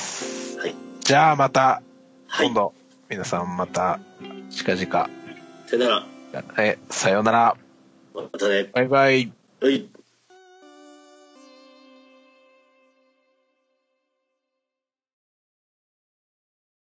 はい。 じゃあまた、 はい、 今度、皆さんまた、近々。 さよなら。 え、さよなら。 またね。 バイバイ。 はい。